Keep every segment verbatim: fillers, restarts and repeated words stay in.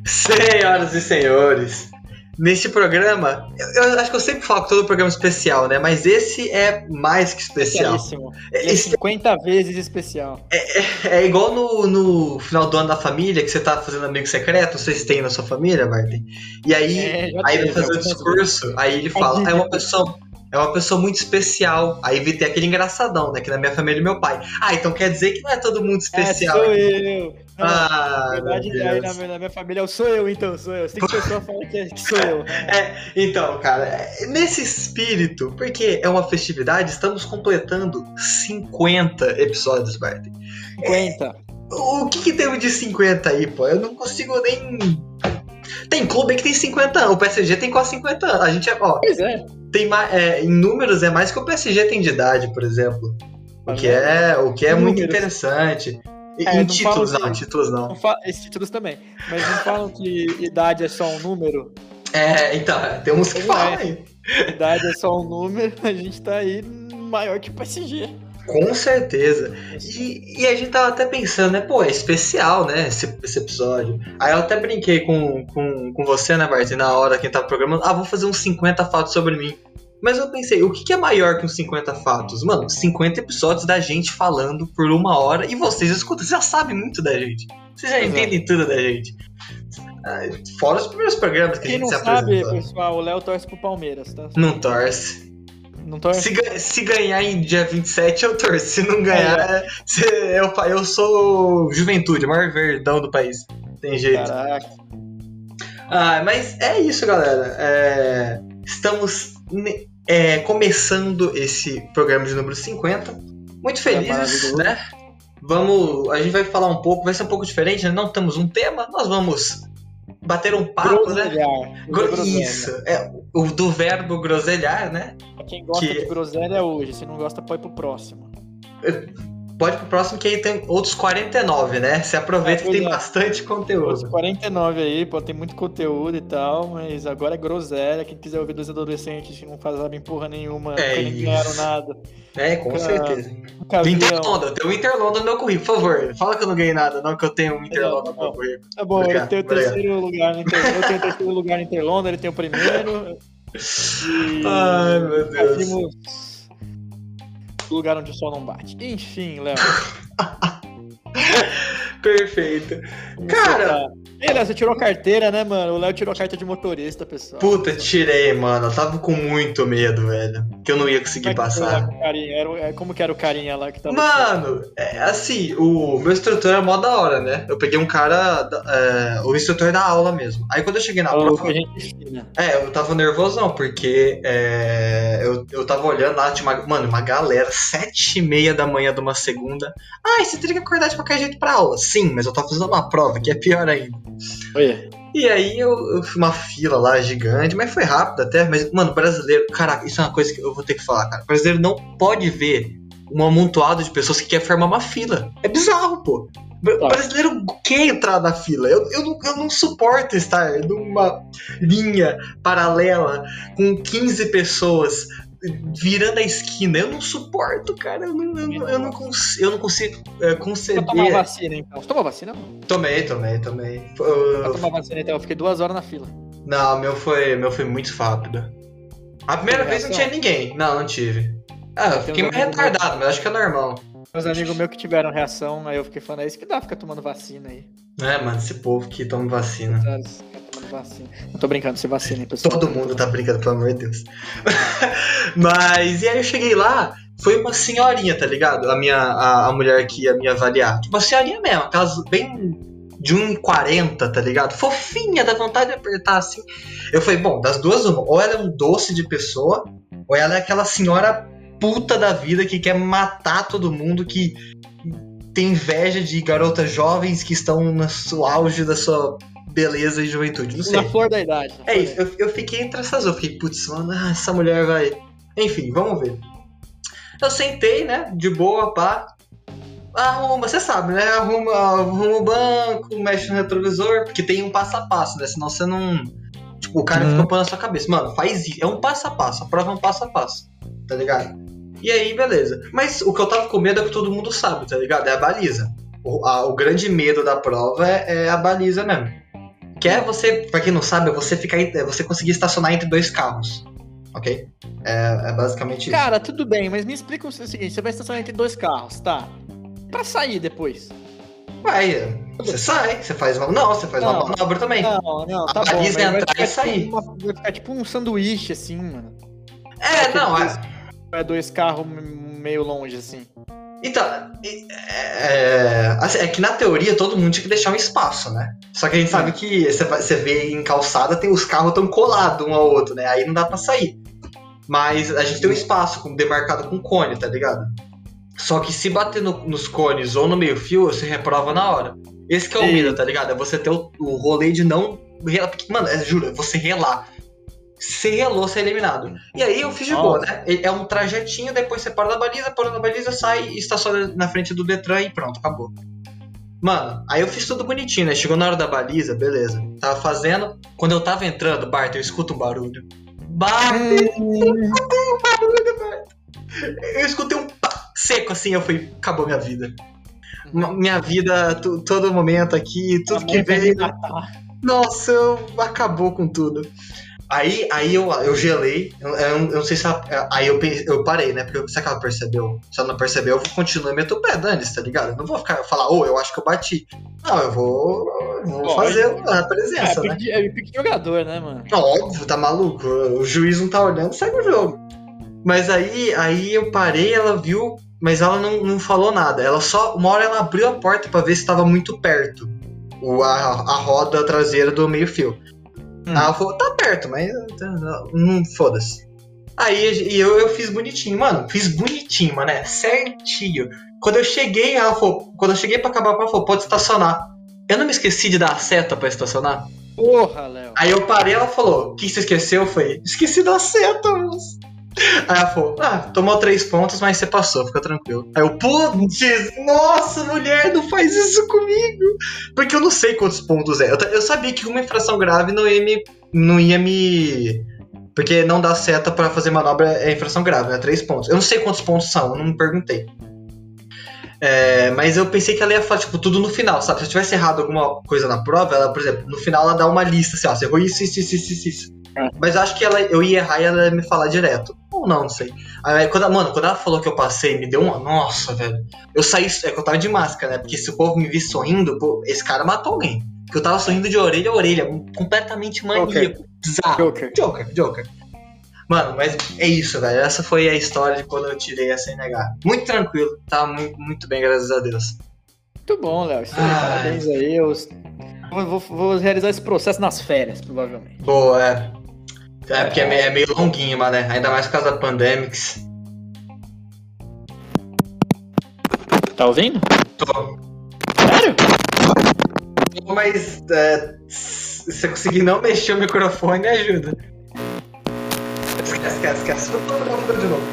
Senhoras e senhores, neste programa, eu, eu acho que eu sempre falo que todo programa é especial, né? Mas esse é mais que especial. Especialíssimo. Ele é cinquenta vezes especial. É, é, é igual no, no final do ano da família, que você tá fazendo amigo secreto, vocês têm na sua família, Martin. E aí, É, já aí teve, vai fazer o algumas discurso, aí ele fala, é uma pessoa. É uma pessoa muito especial. Aí tem aquele engraçadão, né? Que na minha família é meu pai. Ah, então quer dizer que não é todo mundo especial. É, sou hein? eu. Não, Ah, na verdade, meu aí Deus. na, minha- na minha família eu sou eu, então, sou eu. Cinco pessoas falam que, que sou eu. É, então, cara, é, nesse espírito, porque é uma festividade, estamos completando cinquenta episódios, Martin. cinquenta. O que que teve de cinquenta aí, pô? Eu não consigo nem... Tem clube que tem cinquenta anos, o P S G tem quase cinquenta anos. A gente é, ó, Pois é. tem mais, é, em números é mais que o P S G tem de idade, por exemplo. O que é, o que é muito Números. interessante. E- É, em não títulos falam não, que- títulos não. Não fa... Esses títulos também. Mas não falam que idade é só um número. É, então, tem uns que Vamos lá, falam aí. Idade é só um número, a gente tá aí maior que o P S G. Com certeza. E, e a gente tava até pensando, né? Pô, é especial, né? Esse, esse episódio. Aí eu até brinquei com, com, com você, né, Martin? Na hora que a gente tava programando. Ah, vou fazer uns cinquenta fatos sobre mim. Mas eu pensei, o que, que é maior que uns cinquenta fatos? Mano, cinquenta episódios da gente falando por uma hora. E vocês escutam, vocês já sabem muito da gente. Vocês já Exato. entendem tudo da gente. Ah, fora os primeiros programas que Quem a gente não se sabe, apresentou. pessoal, o Léo torce pro Palmeiras, tá? Não torce. Não torce? Se, ga- se ganhar em dia vinte e sete, eu torço. Se não ganhar, é, se, eu, fa- eu sou juventude, o maior verdão do país. Tem jeito. Caraca. Ah, mas é isso, galera. É, estamos ne- é, começando esse programa de número cinquenta. Muito felizes, maravilhoso. né? Vamos. A gente vai falar um pouco, vai ser um pouco diferente, né? Não temos um tema, nós vamos bater um papo, né? Groselhar. Gro- Groselha. Isso, é o do verbo groselhar, né? Pra quem gosta Que- de groselha hoje, se não gosta, pode ir pro próximo. Pode pro próximo que aí tem outros quarenta e nove, né? Você aproveita É, que tem pois é. bastante Os conteúdo. quarenta e nove aí, pô, tem muito conteúdo e tal, mas agora é groselha. Quem quiser ouvir dos adolescentes que não fazem porra nenhuma, É nunca nem isso. ganharam nada. É, com Nunca- certeza. Nunca Do viram. Interlonda, eu tenho o Interlonda no meu currículo, por favor. Fala que eu não ganhei nada, não, que eu tenho um Interlonda no meu Não. currículo. Tá bom, Obrigado, ele tem o obrigado. terceiro lugar no Inter... Eu tenho o terceiro lugar no Interlonda, ele tem o primeiro. E... Ai, meu nunca Deus. vimos o lugar onde o sol não bate. Enfim, Léo. Perfeito. como Cara- você tá? Ei, Léo, você tirou a carteira, né, mano? O Léo tirou a carta de motorista, pessoal. Puta, tirei, mano. Eu tava com muito medo, velho. Que eu não ia conseguir Como é que foi lá passar. com o carinha? Era, o- é, como que era o carinha lá que tava... Mano, é, assim, o meu instrutor é mó da hora, né? Eu peguei um cara, da- é, o instrutor da aula mesmo. Aí quando eu cheguei na Falou prova, com a gente fina. é, eu tava nervosão, porque é, eu, eu tava olhando lá, tinha uma, mano, uma galera, sete e meia da manhã de uma segunda. Ai, você teria que acordar de qualquer jeito pra aula. Sim, mas eu tava fazendo uma prova, que é pior ainda. Oi. E aí eu, eu fui uma fila lá gigante, mas foi rápido até. Mas, mano, brasileiro, caraca, isso é uma coisa que eu vou ter que falar, cara. Brasileiro não pode ver um amontoado de pessoas que quer formar uma fila. É bizarro, pô. Br- Tá. Brasileiro quer entrar na fila. Eu, eu, não, eu não suporto estar numa linha paralela com quinze pessoas virando a esquina. Eu não suporto, cara. Eu não, eu não, eu não, cons- eu não consigo é, Vou tomar conceber. vacina, então. Você tomou vacina? Não. Tomei, tomei, tomei. Vou Eu- tomar vacina, então. Eu fiquei duas horas na fila. Não, meu foi, meu foi muito rápido. A primeira Teve vez não reação? tinha ninguém. Não, não tive. Ah, eu fiquei uns meio amigos retardado, mas acho que é normal. Meus amigos meus que tiveram reação, aí eu fiquei falando, é isso que dá ficar tomando vacina aí. É, mano, esse povo que toma vacina. Sabe? Ficar tomando vacina. Não tô brincando, se vacina, hein, pessoal. Todo mundo tá brincando, pelo amor de Deus. Mas, e aí eu cheguei lá, foi uma senhorinha, tá ligado? A minha, a, a mulher que ia me avaliar. Tipo, uma senhorinha mesmo, aquelas bem de um e quarenta, tá ligado? Fofinha, dá vontade de apertar assim. Eu falei, bom, das duas uma, ou ela é um doce de pessoa, ou ela é aquela senhora puta da vida que quer matar todo mundo, que tem inveja de garotas jovens que estão no seu auge da sua beleza e juventude. Não sei. Na flor da idade. na É flor isso, da eu, eu fiquei entre essas duas. Eu fiquei, putz, mano, ah, essa mulher vai. Enfim, vamos ver. Eu sentei, né, de boa, pá. Arruma, você sabe, né? Arruma, arruma o banco, mexe no retrovisor, porque tem um passo a passo, né? Senão você não. Tipo, o cara Uhum. fica pondo na sua cabeça. Mano, faz isso. É um passo a passo. A prova é um passo a passo. Tá ligado? E aí, beleza. Mas o que eu tava com medo é que todo mundo sabe, tá ligado? É a baliza. O, a- o grande medo da prova é, é a baliza mesmo. Que é você, pra quem não sabe, é você, ficar, é você conseguir estacionar entre dois carros. Ok? É, é basicamente isso. Cara, tudo bem, mas me explica o seguinte: você vai estacionar entre dois carros, tá? Pra sair depois. Vai, você sai, você faz uma. Não, você faz Não, uma manobra também. Não, não, tá A bom. baliza Mas é vai entrar ficar, e sair. tipo, uma- vai ficar tipo um sanduíche, assim, mano. É, Aquele não, dois- é. É dois carros meio longe, assim. Então, é, assim, é que na teoria todo mundo tinha que deixar um espaço, né? Só que a gente sabe que você, vai- você vê em calçada, tem os carros tão colados um ao outro, né? Aí não dá pra sair. Mas a gente tem um espaço com- demarcado com cone, tá ligado? Só que se bater no- nos cones ou no meio fio, você reprova na hora. Esse que é o Sim. medo, tá ligado? É você ter o, o rolê de não relar. Porque, mano, é, juro, é você relar. Se relou, você é eliminado. E aí eu fiz de boa, né? É um trajetinho, depois você para na baliza, para na baliza, sai e estaciona na frente do Detran e pronto, acabou. Mano, aí eu fiz tudo bonitinho, né? Chegou na hora da baliza, beleza. Tava fazendo. Quando eu tava entrando, Bart, eu escuto um barulho. Bart, eu escutei um barulho, Bart. Eu escutei um pá seco assim, eu fui, acabou minha vida. M- Minha vida, tu- todo momento aqui, tudo que veio. Nossa, eu, acabou com tudo. Aí, aí eu, eu gelei, eu, eu não- eu não sei se ela, aí eu, pense- eu parei, né? Porque será que ela percebeu? Se ela não percebeu, eu continuo e meto o pé, dane-se, tá ligado? Eu não vou ficar, falar, ô, oh, eu acho que eu bati. Não, eu vou, eu vou Pode. fazer a É, presença, né? pique de, é pique de jogador, né, mano? Óbvio, tá maluco? O juiz não tá olhando, segue o jogo. Mas aí, aí eu parei, ela viu, mas ela não, não falou nada. Ela só, uma hora ela abriu a porta pra ver se tava muito perto. O, a, a roda traseira do meio fio. Hum. Aí ela falou, tá perto, mas não foda-se. Aí e eu, eu fiz bonitinho, mano. Fiz bonitinho, mano, é certinho. Quando eu cheguei, ela falou, quando eu cheguei pra acabar, ela falou, pode estacionar. Eu não me esqueci de dar a seta pra estacionar. Porra, Léo. Aí eu parei, ela falou, o que você esqueceu? Eu falei, esqueci da seta, moço. Aí ela falou, ah, tomou três pontos, mas você passou, fica tranquilo. Aí eu, putz, nossa, mulher, não faz isso comigo. Porque eu não sei quantos pontos é. Eu, eu sabia que uma infração grave não ia me... Não ia me... Porque não dá seta pra fazer manobra é infração grave, né? Três pontos. Eu não sei quantos pontos são, eu não me perguntei. É, mas eu pensei que ela ia falar, tipo, tudo no final, sabe? Se eu tivesse errado alguma coisa na prova, ela, por exemplo, no final ela dá uma lista, assim, ó, você errou isso, isso, isso, isso, isso. Mas eu acho que ela, eu ia errar e ela ia me falar direto. Ou não, não sei. Aí, quando, mano, quando ela falou que eu passei, me deu uma... Nossa, velho. Eu saí... É que eu tava de máscara, né? Porque se o povo me visse sorrindo, pô, esse cara matou alguém. Porque eu tava sorrindo de orelha a orelha. Completamente maníaco. Bizarro. Joker. Joker, Joker. Mano, mas é isso, velho. Essa foi a história de quando eu tirei a C N H. Muito tranquilo. Tava muito, muito bem, graças a Deus. Muito bom, Léo. Isso aí, Ai. parabéns aí. Eu vou, vou- vou realizar esse processo nas férias, provavelmente. Boa, é. É porque é meio, é meio longuinho, mano, né? Ainda mais por causa da Pandemics. Tá ouvindo? Tô. Sério? Mas é, se você conseguir não mexer o microfone, ajuda. Esquece, esquece, esquece. Vou botar de novo.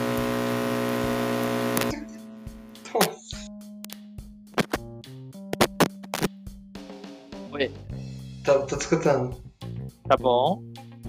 Oi. Tô, tô te escutando. Tá bom.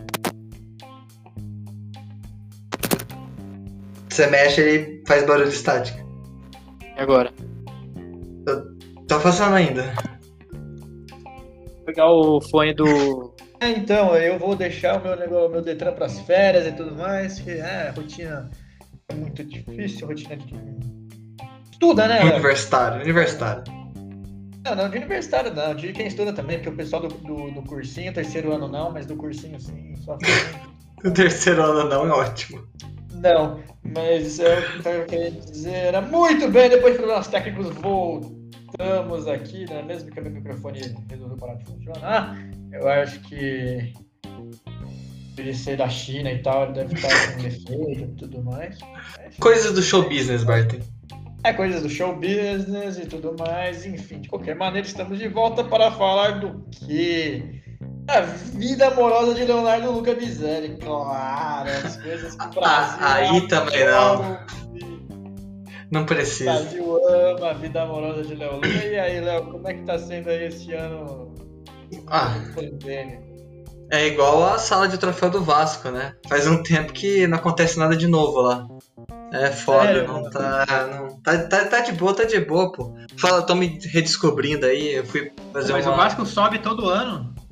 Você mexe e faz barulho estático. E agora? Tá funcionando ainda. Vou pegar o fone do... É, então, eu vou deixar o meu, negócio, meu Detran pras férias e tudo mais, que é, rotina é muito difícil, rotina de... Estuda, né, Léo? Universitário, universitário. Não, não, de universitário não, de quem estuda também, porque o pessoal do, do, do cursinho, terceiro ano não, mas do cursinho sim, só O terceiro ano não é ótimo. Não, mas é o que eu queria dizer. Era muito bem, depois de problemas técnicos, voltamos aqui, né? Mesmo que o meu microfone resolveu parar de funcionar. Eu acho que ele ser da China e tal, ele deve estar com defeito e tudo mais. Coisas do show business, Barton. É coisas do show business e tudo mais. Enfim, de qualquer maneira, estamos de volta para falar do quê? A vida amorosa de Leonardo Luca Biselli, claro, as coisas que o Brasil Ah, aí também adora não. ouvir. Não O precisa. Brasil ama a vida amorosa de Léo Luca. E aí, Léo, como é que tá sendo aí esse ano Ah. pandêmico? É igual a sala de troféu do Vasco, né? Faz um tempo que não acontece nada de novo lá. É foda, Sério, não mano? tá. Não, tá, tá. Tá de boa, tá de boa, pô. Fala, tô me redescobrindo aí, eu fui fazer Mas uma. o Vasco sobe todo ano.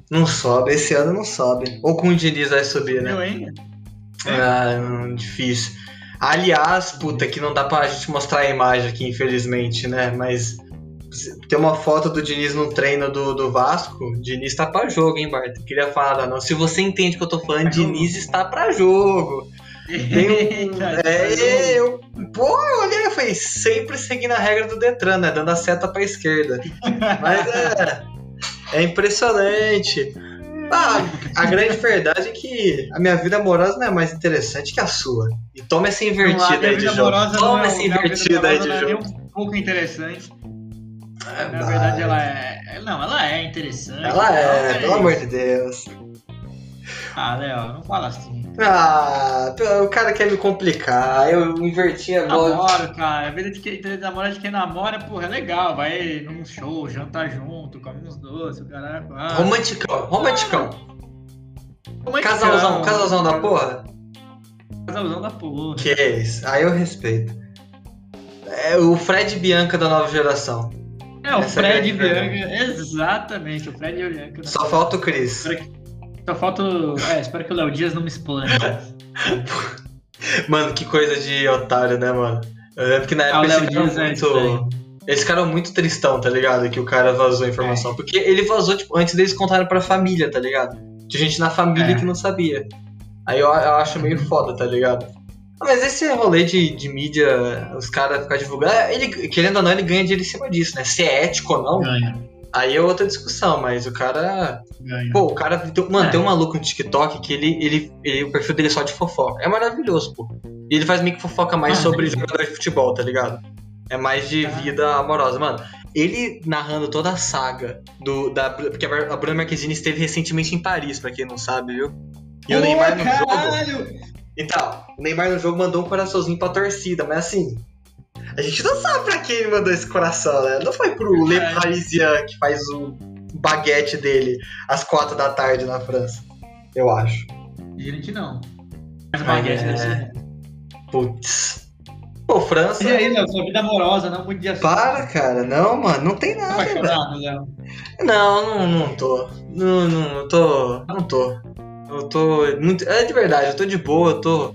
Não sobe, esse ano não sobe. Ou com o Diniz vai subir, né? Eu ainda? Ah, hum, difícil. Aliás, puta, que não dá pra gente mostrar a imagem aqui, infelizmente, né? Mas tem uma foto do Diniz no treino do, do Vasco. O Diniz tá pra jogo, hein, Bart? Queria falar, não. Se você entende que eu tô falando, Diniz está pra jogo. Tem um, é, eu, pô, eu olhei e falei, sempre seguindo a regra do Detran, né? Dando a seta pra esquerda. Mas é, é impressionante. Ah, a grande verdade é que a minha vida amorosa não é mais interessante que a sua. E toma essa invertida aí de jogo. Toma essa invertida aí de jogo. Não é um pouco interessante. É, Na verdade, ela é. Não, ela é interessante. Ela é, pelo amor de Deus. Ah, Léo, não fala assim. Ah, o cara quer me complicar. Eu inverti agora. Namoro, cara. A vida de quem namora de quem namora, porra, é legal. Vai num show, jantar junto, come uns doces, o caralho. Ah. Romanticão, romanticão. romanticão. Casalzão, casalzão da porra. Casalzão da porra. Que é isso? Aí eu respeito. É o Fred e Bianca da nova geração. É, o Essa Fred e Bianca, exatamente, o Fred e Bianca. Só falta o Chris. Só falta o... É, espero que o Léo Dias não me explane. Mano, que coisa de otário, né, mano? Eu lembro que na época ah, eles ficaram muito... Eles ficaram muito tristão, tá ligado? Que o cara vazou a informação. É. Porque ele vazou, tipo, antes deles contarem pra família, tá ligado? Tinha gente na família é. que não sabia. Aí eu, eu acho meio foda, tá ligado? Mas esse rolê de, de mídia, os caras ficar divulgando, ele, querendo ou não, ele ganha dinheiro em cima disso, né? Se é ético ou não, ganha. Aí é outra discussão, mas o cara... Ganha. Pô, o cara... Tem, mano, é. tem um maluco no TikTok que ele, ele, ele... O perfil dele é só de fofoca. É maravilhoso, pô. E ele faz meio que fofoca mais ah, sobre jogadores de futebol, tá ligado? É mais de ah. vida amorosa. Mano, ele narrando toda a saga do... Da, porque a Bruna Marquezine esteve recentemente em Paris, pra quem não sabe, viu? E Pô, o Neymar no caralho. jogo... Então, o Neymar no jogo mandou um coraçãozinho pra torcida, mas assim... A gente não sabe pra quem ele mandou esse coração, né? Não foi pro é. Le Parisien, que faz o baguete dele às quatro da tarde na França. Eu acho. Gente, não. Mas o baguete é... deve ser. Putz. Pô, França... E aí, Léo, sua vida amorosa, não podia ser. Para, cara. Não, mano. Não tem nada, velho. Tá apaixonado, Léo? Não, não, não tô. Não, não, tô... Não tô. Eu tô muito... É de verdade, eu tô de boa, eu tô...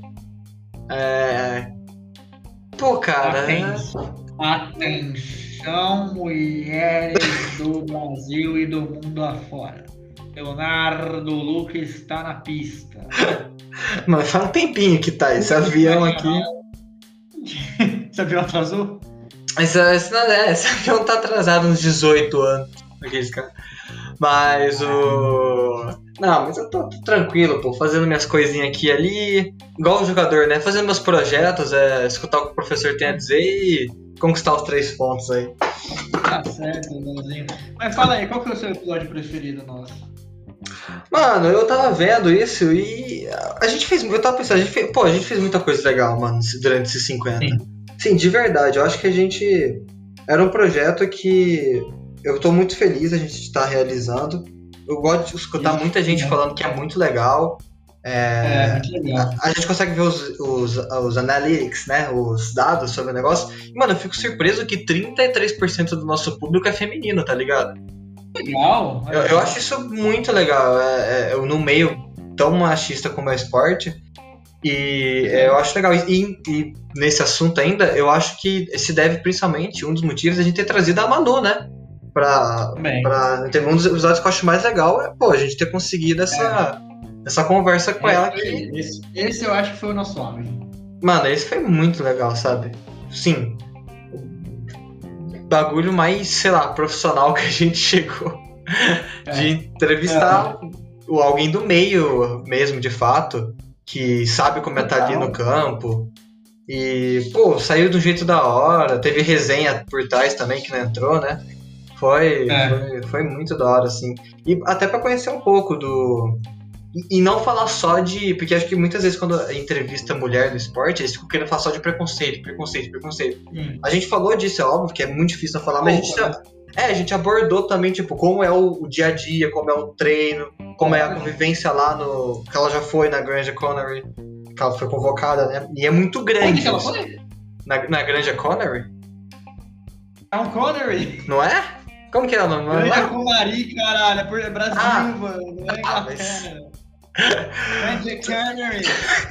É... Pô, cara... Atenção, atenção, mulheres do Brasil e do mundo afora. Leonardo Luca está na pista. Mano, faz um tempinho que tá esse avião aqui. Esse avião atrasou? Esse, esse, é, esse avião tá atrasado uns dezoito anos. Aqueles caras. Mas o... Não, mas eu tô, tô tranquilo, pô, fazendo minhas coisinhas aqui e ali, igual o jogador, né? Fazendo meus projetos, é, escutar o que o professor tem a dizer e conquistar os três pontos aí. Tá certo, Leozinho. Mas fala aí, qual que é o seu episódio preferido nosso? Mano, eu tava vendo isso e a gente fez, eu tava pensando, a gente fez, pô, a gente fez muita coisa legal, mano, durante esses cinquenta. Sim. Sim, de verdade, eu acho que a gente, era um projeto que eu tô muito feliz a gente estar realizando. Eu gosto de escutar Isso, muita gente é. falando que é muito legal. É, é muito legal. A, a gente consegue ver os, os, os analytics, né? Os dados sobre o negócio. E, mano, eu fico surpreso que trinta e três por cento do nosso público é feminino, tá ligado? Legal. Eu, eu acho isso muito legal. É, é, no meio tão machista como é o esporte. E é, eu acho legal. E, e nesse assunto ainda, eu acho que se deve principalmente, um dos motivos, a gente ter trazido a Manu, né? Pra, pra, um dos episódios que eu acho mais legal é, pô, a gente ter conseguido essa, é. essa conversa com é, ela aqui. Esse, esse eu acho que foi o nosso homem. Mano, esse foi muito legal, sabe? Sim. O bagulho mais, sei lá, profissional que a gente chegou. É. De entrevistar é. alguém do meio mesmo, de fato, que sabe como é estar ali no campo. E, pô, saiu de um jeito da hora. Teve resenha por trás também que não entrou, né? Foi, é. foi, foi muito da hora, assim. E até pra conhecer um pouco do... E, e não falar só de... Porque acho que muitas vezes quando a entrevista mulher no esporte, eles ficam querendo falar só de preconceito, preconceito, preconceito. Hum. A gente falou disso, é óbvio, que é muito difícil não falar, mas a gente... Já, é, a gente abordou também, tipo, como é o, o dia a dia, como é o treino, como é a convivência lá no... Que ela já foi na Granja Connery, que ela foi convocada, né? E é muito grande. Onde que ela foi? Na, na Granja Connery? É um Connery? Não é? Como que é o nome? Granja Comari, caralho. É Brasil, Ah. mano. Não é Inglaterra. Granja Connery.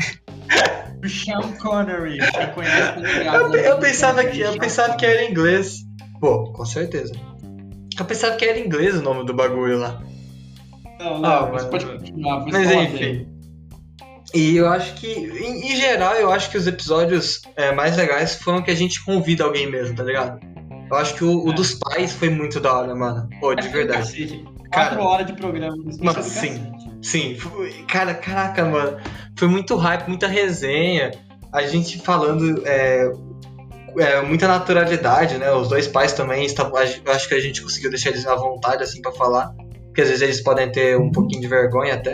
O Sean Connery. Você conhece, tá ligado? Eu, eu, pensava que, eu pensava que era inglês. Pô, com certeza. Eu pensava que era inglês o nome do bagulho lá. Não, não, Ah, mas mas- pode continuar. Mas Mas fala enfim. dele. E eu acho que, em, em geral, eu acho que os episódios é, mais legais foram que a gente convida alguém mesmo, tá ligado? Eu acho que o, o É. dos pais foi muito da hora, mano. Pô, de verdade. Cacete. Cara, Quatro horas de programa. Isso Mano, é do sim. cacete. Sim, foi- cara, caraca, mano. Foi muito hype, muita resenha. A gente falando é, é, muita naturalidade, né? Os dois pais também estavam. Eu acho que a gente conseguiu deixar eles à vontade, assim, pra falar. Porque às vezes eles podem ter um pouquinho de vergonha até.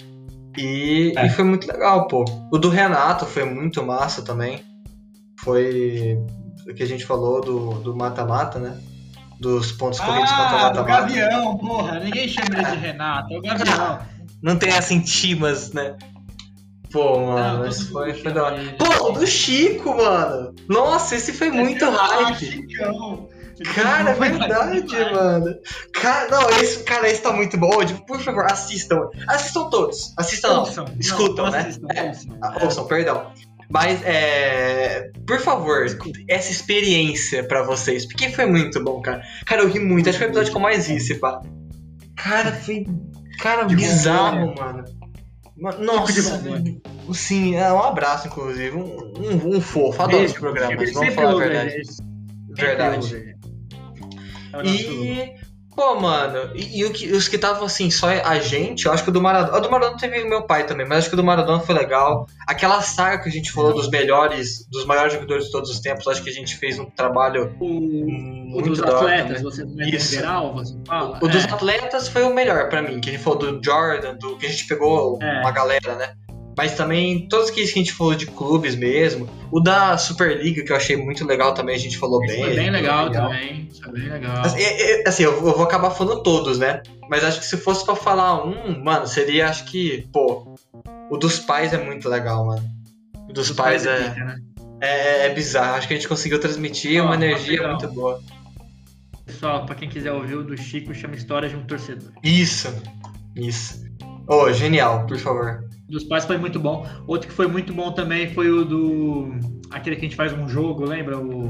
E, É. e foi muito legal, pô. O do Renato foi muito massa também. Foi o que a gente falou do do mata-mata, né? Dos pontos corridos contra o Ah, do mata-mata. Gavião, porra. Ninguém chama ele de Renato. É o Gavião. Não tem essa intimas, né? Pô, mano, Não, isso todo foi, mundo foi da hora. chama ele. Pô, o do Chico, mano. Nossa, esse foi muito Ah, hype. Chicão. Cara, é Foi verdade, demais. mano. Cara, não, esse, cara, esse tá muito bom. Ô, tipo, por favor, assistam. Assistam todos. Assistam, não. Ouçam. Escutam, Não, né? assistam, É. ouçam. Ah, É. ouçam, perdão. Mas, é. Por favor, essa experiência pra vocês. Porque foi muito bom, cara. Cara, eu ri muito. Acho que foi o episódio que eu mais ri, se pá. Cara, foi. Cara, De bizarro, Rondônia. mano. Mano, de Nossa, Rondônia. sim, é, um abraço, inclusive. Um, um, um fofo. Adoro Beijo. esse programa, Ele vamos sempre falar a ouve verdade. gente. Verdade. Sempre ouve. É o nosso- E, pô, mano, e, e o que- os que estavam assim, só a gente, eu acho que o do Maradona. O do Maradona teve o meu pai também, mas acho que o do Maradona foi legal. Aquela saga que a gente falou dos melhores, dos maiores jogadores de todos os tempos, acho que a gente fez um trabalho O, o muito dos da hora atletas, também. você não é Isso. geral, você fala? O dos É. atletas foi o melhor pra mim, que a gente falou do Jordan, do que a gente pegou É. uma galera, né? Mas também todos aqueles que a gente falou de clubes mesmo. O da Superliga, que eu achei muito legal também, a gente falou Isso bem. foi a bem gente legal falou também. Isso foi bem legal. Assim, é- é- assim, eu eu vou acabar falando todos, né? Mas acho que se fosse pra falar um, mano, seria, acho que, pô, o dos pais é muito legal, mano. O dos Os pais é, pica, né? é, é bizarro. Acho que a gente conseguiu transmitir Ó, uma ó, energia legal. muito boa. Pessoal, pra quem quiser ouvir o do Chico, chama História de um Torcedor. Isso, isso. Ô, genial, por favor. Dos pais foi muito bom. Outro que foi muito bom também foi o do. Aquele que a gente faz um jogo, lembra? O.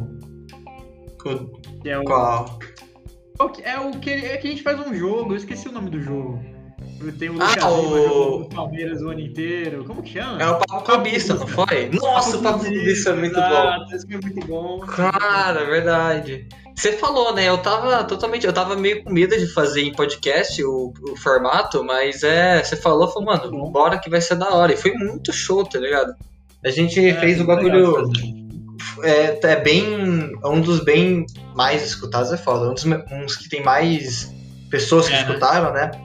O- Que é o. Qual? Qual que- É o que, é que a gente faz um jogo, eu esqueci o nome do jogo. Tem o Ah, Lucas o- Lima jogou no Palmeiras o ano inteiro. Como que chama? É o Papo Clubista, não foi? Nossa, o Papo Clubista é muito bom. Exato, esse foi muito bom. Cara, é verdade. Você falou, né? Eu tava totalmente. Eu tava meio com medo de fazer em podcast o, o formato, mas é. Você falou, falou, mano, bora que vai ser da hora. E foi muito show, tá ligado? A gente É, fez o muito legal bagulho. fazer. É, é bem. É um dos bem mais escutados, é foda. Um dos me- uns que tem mais pessoas que É, né? escutaram, né?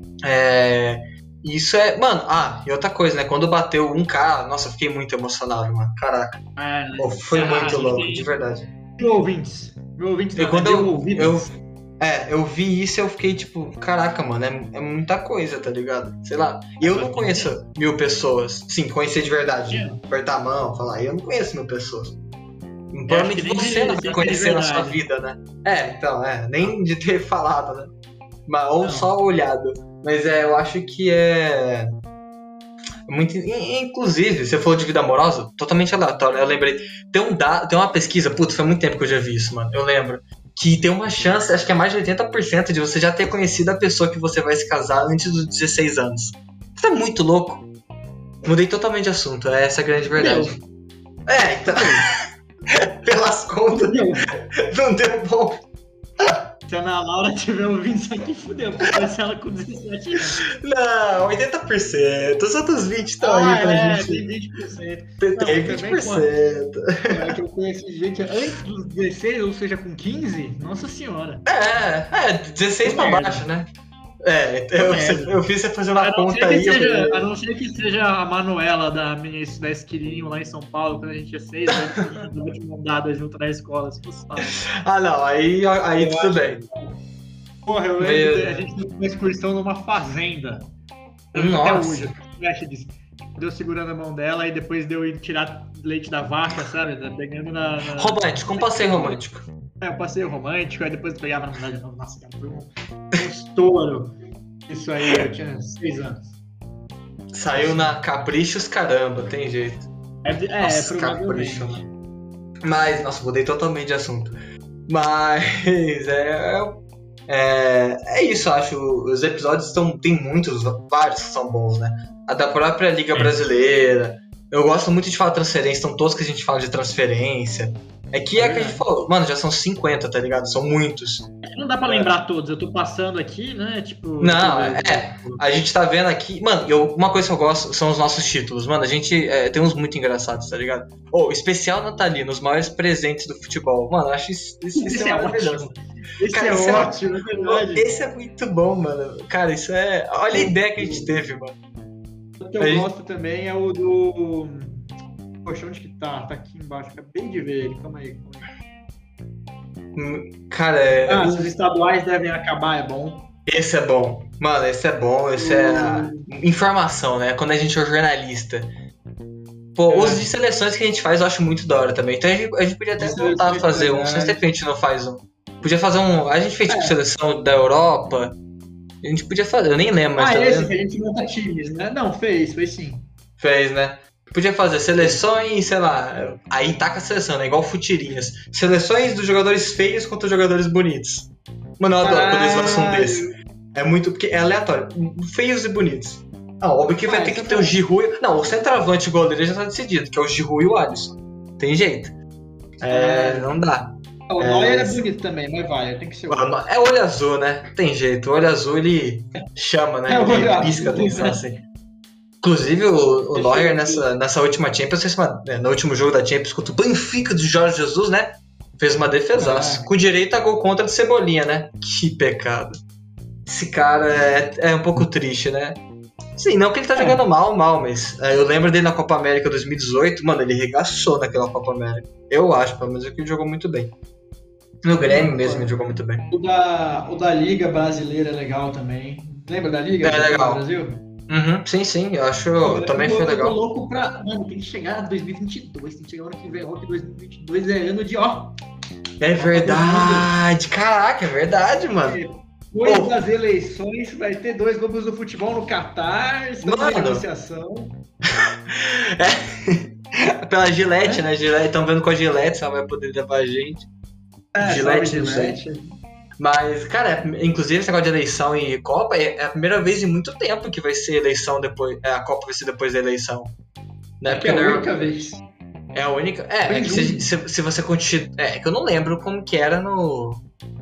É. Isso é. Mano, ah, e outra coisa, né? Quando bateu um K, nossa, eu fiquei muito emocionado, mano. Caraca. É, né? Pô, foi Ah, muito a gente louco, tem de verdade. Mil ouvintes. Mil ouvintes Eu, não, quando é eu, mil ouvidos. eu, é, eu vi isso e eu fiquei tipo, caraca, mano, é, é muita coisa, tá ligado? Sei lá. E eu não conheço mil pessoas. Sim, conhecer de verdade. Apertar a mão, falar, eu não conheço mil pessoas. Provavelmente nem você não de- vai de conhecer na sua verdade. vida, né? É, então, é, nem de ter falado, né? Mas, ou Não. só olhado. Mas é, eu acho que é. Muito, in- inclusive, você falou de vida amorosa, totalmente aleatório. Eu lembrei, tem, um da, tem uma pesquisa, putz, foi muito tempo que eu já vi isso, mano. Eu lembro que tem uma chance, acho que é mais de oitenta por cento de você já ter conhecido a pessoa que você vai se casar antes dos dezesseis anos. Isso é muito louco. Mudei totalmente de assunto, é essa a grande verdade. É, então. Pelas contas, Fudeu. não deu bom. Se a Ana Laura tiver ouvindo isso aqui, fudeu. Porque vai ser ela com dezessete anos. Não, oitenta por cento. Os outros vinte estão Ah, aí pra é, gente. tem vinte por cento. Tem, Não, tem também vinte por cento. É que eu conheci gente antes dos dezesseis, ou seja, com quinze. Nossa senhora. É, é, dezesseis pra Merda. baixo, né? É, eu, Merda. eu fiz você fazer uma A não, ser conta que aí. eu seja, falei, a não ser que seja a Manuela da minha da Esquilinho lá em São Paulo, quando a gente tinha seis anos, a gente andava de mão dada junto na escola, se fosse fácil. Ah, não, aí, aí Eu tudo acho- bem. Porra, eu Meu lembro, de- Deus. a gente fez uma excursão numa fazenda. Eu lembro Nossa. Até hoje, eu flash disso. Deu segurando a mão dela e depois deu ir tirar leite da vaca, sabe? Pegando na. na... Romântico, um passeio romântico. É, um passeio romântico, aí depois pegava na mulher de novo. Nossa, cara, foi um, um estouro. Isso aí, eu tinha seis anos. Saiu na Caprichos, caramba, tem jeito. É, é, Nossa, é Capricho, mano. Mas, nossa, mudei totalmente de assunto. Mas, é... É, é isso, eu acho. Os episódios estão, tem muitos, vários que são bons, né? A da própria Liga é. Brasileira. Eu gosto muito de falar transferência, estão todos que a gente fala de transferência. É que é, é que a gente falou, mano, já são cinquenta, tá ligado? São muitos. Não dá pra lembrar todos, eu tô passando aqui, né? Tipo. Não, é, é. A gente tá vendo aqui. Mano, eu, uma coisa que eu gosto são os nossos títulos. Mano, a gente é, tem uns muito engraçados, tá ligado? Ô, oh, especial natalino, os maiores presentes do futebol. Mano, eu acho isso, isso, isso é maravilhoso. Esse cara, é esse ótimo, é, é verdade. Esse é muito bom, mano. Cara, isso é. Olha a ideia que a gente teve, mano. O que eu gente... gosto também é o do. Poxa, onde que tá? Tá aqui embaixo. Acabei de ver ele. Calma aí, calma aí. Cara, é. Ah, se os estaduais devem acabar, é bom. Esse é bom. Mano, esse é bom. Esse é. A... Informação, né? Quando a gente é jornalista. Pô, é. Os de seleções que a gente faz eu acho muito da hora também. Então a gente, a gente podia até voltar a fazer um. Se a gente não faz um. Podia fazer um. A gente fez tipo é. seleção da Europa. A gente podia fazer, eu nem lembro. Mas ah, tá esse vendo? que a gente monta times, né? Não, fez, fez sim. Fez, né? Podia fazer seleções, sei lá. Aí taca a seleção, né? Igual futirinhas. Seleções dos jogadores feios contra os jogadores bonitos. Mano, eu adoro ah, quando eles lançam um desse. É muito. Porque é aleatório. Feios e bonitos. Ah, óbvio que vai ah, ter que ter o Giroud. Não, o centroavante goleiro já tá decidido, que é o Giroud e o Alisson. Tem jeito. É, ah. Não dá. O é... Neuer é bonito também, mas vai, tem que ser o É olho azul, né? Tem jeito. O olho azul ele chama, né? Ele é pisca a atenção assim. Inclusive o, o Neuer nessa, nessa última Champions, no último jogo da Champions contra o Benfica de Jorge Jesus, né? Fez uma defesaça. Ah. Com direito a gol contra de Cebolinha, né? Que pecado. Esse cara é, é um pouco triste, né? Sim, não que ele tá jogando é. mal, mal, mas é, eu lembro dele na Copa América dois mil e dezoito, mano, ele regaçou naquela Copa América. Eu acho, pelo menos, que ele jogou muito bem. No Grêmio mesmo ele jogou muito bem. O da, o da Liga Brasileira é legal também. Lembra da Liga? É legal. Do Brasil? Uhum, sim, sim, eu acho Pô, também eu, foi legal. Eu tô louco pra... Mano, tem que chegar em dois mil e vinte e dois, tem que chegar ano que vem, ó, que dois mil e vinte e dois é ano de ó. É verdade, caraca, é verdade, mano. Depois oh. das eleições, vai ter dois Globos do Futebol no Catar, estamos em negociação. É. Pela Gillette, é? né? Estão vendo com a Gillette, ela vai poder levar a gente. É, Gillette, Gillette. Mas, cara, inclusive esse negócio de eleição e Copa é a primeira vez em muito tempo que vai ser eleição depois. A Copa vai ser depois da eleição. Né? Porque é a única não... vez. É a única. É, é que se, se, se você continua. É, que eu não lembro como que era no.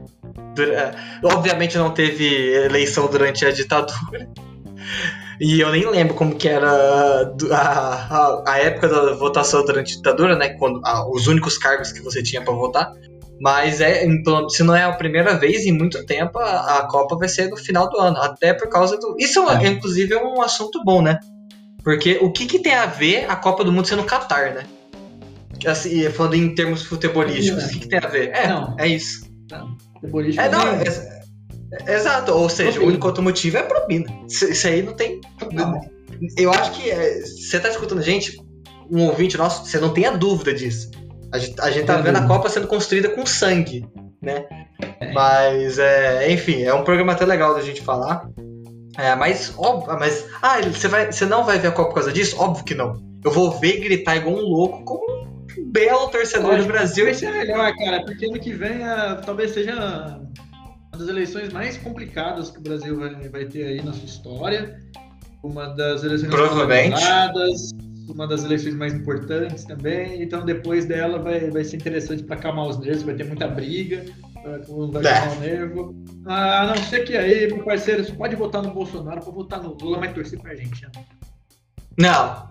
Obviamente não teve eleição durante a ditadura. E eu nem lembro como que era a, a, a época da votação durante a ditadura, né? Quando, a, os únicos cargos que você tinha pra votar. Mas é, se não é a primeira vez em muito tempo, a, a Copa vai ser no final do ano. Até por causa do. Isso, é. inclusive, é um assunto bom, né? Porque o que, que tem a ver a Copa do Mundo ser no Catar, né? Assim, falando em termos futebolísticos, o que, que tem a ver? É, não. é isso. Não. Futebolístico é, não, é, é, exato. Ou seja, propina. O único outro motivo é a propina. Isso, isso aí não tem. Não. Eu acho que é, você tá escutando a gente, um ouvinte nosso, você não tem a dúvida disso. A gente, a gente tá vendo a Copa sendo construída com sangue, né? É. Mas, é, enfim, é um programa até legal da gente falar. É, mas, óbvio, mas, ah, você, vai, você não vai ver a Copa por causa disso? Óbvio que não. Eu vou ver e gritar igual um louco, como um belo torcedor Pode, do Brasil. Vai ser melhor, cara, porque ano que vem a, talvez seja uma das eleições mais complicadas que o Brasil vai, vai ter aí na sua história. Uma das eleições mais complicadas. Uma das eleições mais importantes também, então depois dela vai, vai ser interessante para acalmar os nervos, vai ter muita briga, vai acalmar o nervo. A não ser que aí, meu parceiro, você pode votar no Bolsonaro, pode votar no Lula, mas torcer pra gente. Né? Não.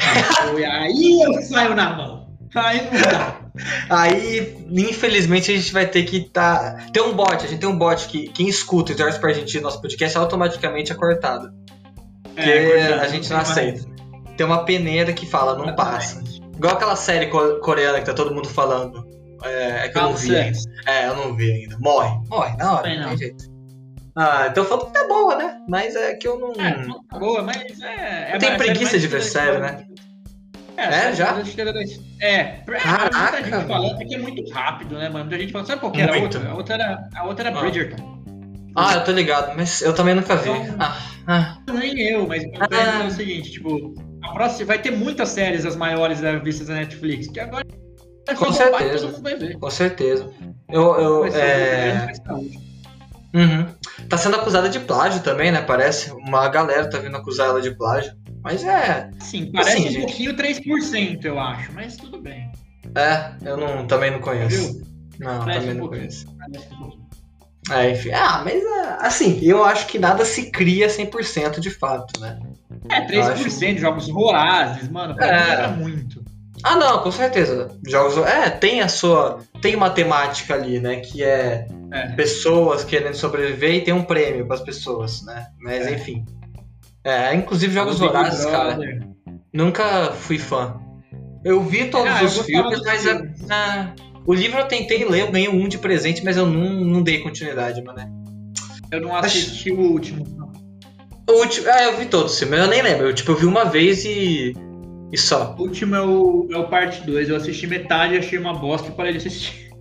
Aí eu saio na mão. Aí não dá. Aí, infelizmente, a gente vai ter que tá... Tem um bot, a gente tem um bot que quem escuta e torce pra gente no nosso podcast automaticamente é cortado. Porque é, a gente não, não aceita. Mais. Tem uma peneira que fala, não passa. Igual aquela série coreana que tá todo mundo falando. É, é que eu não vi ainda. É, eu não vi ainda. Morre. Morre, na hora, não tem jeito. Ah, então falando que tá boa, né? Mas é que eu não... É, tá boa, mas é... Eu tenho preguiça de ver série, né? É, já? É, Caraca, muita gente falando que é muito rápido, né, mano? Muita gente falando, sabe qual que era a Muito. outra? A outra era, a outra era Ah. Bridgerton. Ah, eu tô ligado, mas eu também nunca vi. Então- Ah, ah. Nem eu, mas eu quero dizer o seguinte, tipo, a próxima, vai ter muitas séries, as maiores da vistas da Netflix, que agora vai Com ser bombar e certeza. todo mundo vai ver. Com certeza. Eu, eu, Vai ser é... vai ser a última. Uhum. Tá sendo acusada de plágio também, né? Parece. Uma galera tá vindo acusar ela de plágio. Mas é. Sim, parece Assim, um gente. pouquinho três por cento, eu acho, mas tudo bem. É, eu não, também não conheço. Viu? Não, Parece também um não pouquinho. conheço. Parece um pouquinho. É, enfim. Ah, mas é, assim, eu acho que nada se cria cem por cento de fato, né? É, três por cento de jogos vorazes, mano, pra É. mim era muito. Ah, não, com certeza. Jogos. É, tem a sua. Tem uma temática ali, né? Que é, É. pessoas querendo sobreviver e tem um prêmio pras pessoas, né? Mas É. enfim. É, inclusive jogos O Big vorazes, cara. Brother. Nunca fui fã. Eu vi todos Ah, eu os gostava filmes, dos mas filmes. ah, o livro eu tentei ler, eu ganhei um de presente, mas eu não, não dei continuidade, mano. Né? Eu não assisti o último. não. O último, ah, eu vi todos os filmes, eu nem lembro. Eu, tipo, eu vi uma vez e. e só. O último é o, é o parte dois. Eu assisti metade, achei uma bosta e parei de assistir.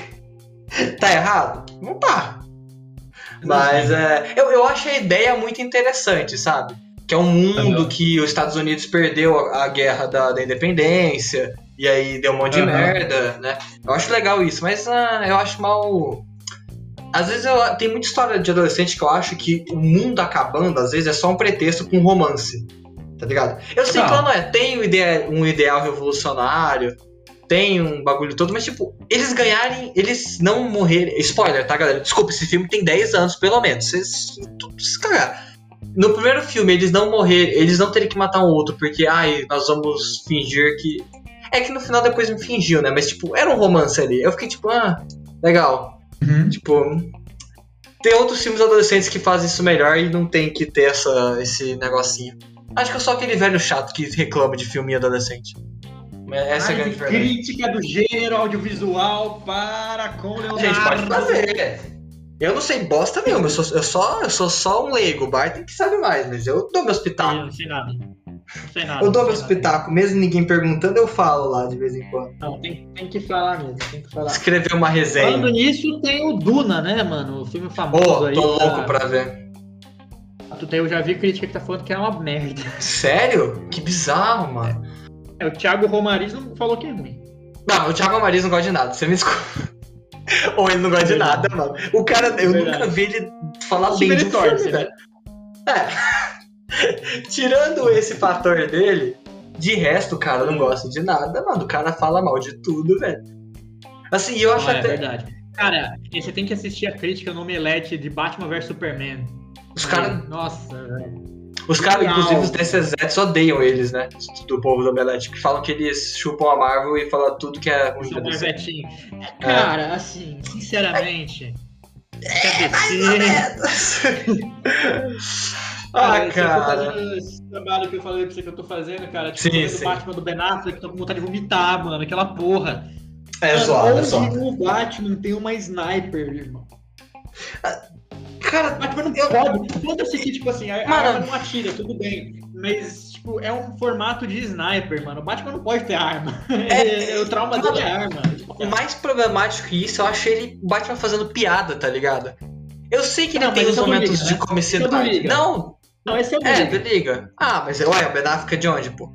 Tá errado? Não tá. Mas é, eu, eu acho a ideia muito interessante, sabe? Que é um mundo Uhum. que os Estados Unidos perdeu a, a guerra da, da independência, e aí deu um monte de Uhum. merda, né? Eu acho legal isso, mas ah, eu acho mal. Às vezes eu, tem muita história de adolescente que eu acho que o mundo acabando, às vezes, é só um pretexto com um romance. Tá ligado? Eu sei Não. que ela não é, tem um ideal, um ideal revolucionário, tem um bagulho todo, mas tipo, eles ganharem, eles não morrerem. Spoiler, tá, galera? Desculpa, esse filme tem dez anos, pelo menos. Vocês tudo se cagar. No primeiro filme, eles não morrerem, eles não terem que matar um outro, porque, ai, nós vamos fingir que. É que no final depois me fingiu, né? Mas, tipo, era um romance ali. Eu fiquei tipo, ah, legal. Uhum. Tipo, tem outros filmes adolescentes que fazem isso melhor e não tem que ter essa, esse negocinho. Acho que eu sou aquele velho chato que reclama de filme adolescente. Essa é a grande verdade. Crítica do gênero audiovisual para com A Leonardo. gente pode fazer. Eu não sei bosta nenhuma, eu sou, eu só, eu sou só um leigo. O Bart tem que saber mais, mas eu dou meus Eu pitacos. não sei nada. Não sei nada. Eu dou não meus sei nada. pitacos, mesmo ninguém perguntando, eu falo lá de vez em quando. Não, tem, tem que falar mesmo, tem que falar. Escrever uma Falando resenha. nisso, tem o Duna, né, mano? O filme famoso Ô, aí. tô louco tá- pra ver. Tu tem- Eu já vi crítica que tá falando que é uma merda. Sério? Que bizarro, mano. É, o Thiago Romariz não falou que é ruim. Não, o Thiago Amariz não gosta de nada, você me desculpa. Ou ele não gosta de nada, mano. O cara, eu Verdade. nunca vi ele falar Ele bem de um torce, filme, né? velho. É. Tirando esse fator dele, de resto, o cara não gosta de nada, mano. O cara fala mal de tudo, velho. Assim, eu acho Não, é até. verdade. Cara, e você tem que assistir a crítica no Omelete de Batman versus Superman. Os caras, Nossa, velho. os cara, Legal. inclusive os D C Zs odeiam eles, né? Do povo do Omelete, que falam que eles chupam a Marvel e falam tudo que é ruim São da D C. Marvetinho. Cara, assim, sinceramente. É, mais Ah, Se eu for cara. fazendo esse trabalho que eu falei pra você que eu tô fazendo, cara, tipo, Sim, fazendo sim. o Batman do Ben Affleck, tô com vontade de vomitar, mano, aquela porra. É Mano, zoado, é onde zoado. o Batman tem uma sniper, irmão? O Cara, Batman não eu- pode. Foda-se que, tipo assim, a, a Mano. arma não atira, tudo bem. Mas, tipo, é um formato de sniper, mano. O Batman não pode ter arma. É, o trauma mano, dele é arma. o mais problemático que isso, eu achei ele o Batman fazendo piada, tá ligado? Eu sei que ele Não, tem mas os esse é o do momentos Liga, de né? Esse é o do comicidade. Liga. Não, Não, esse é o é, dele. do Liga. Ah, mas ué, o Ben Affleck é de onde, pô?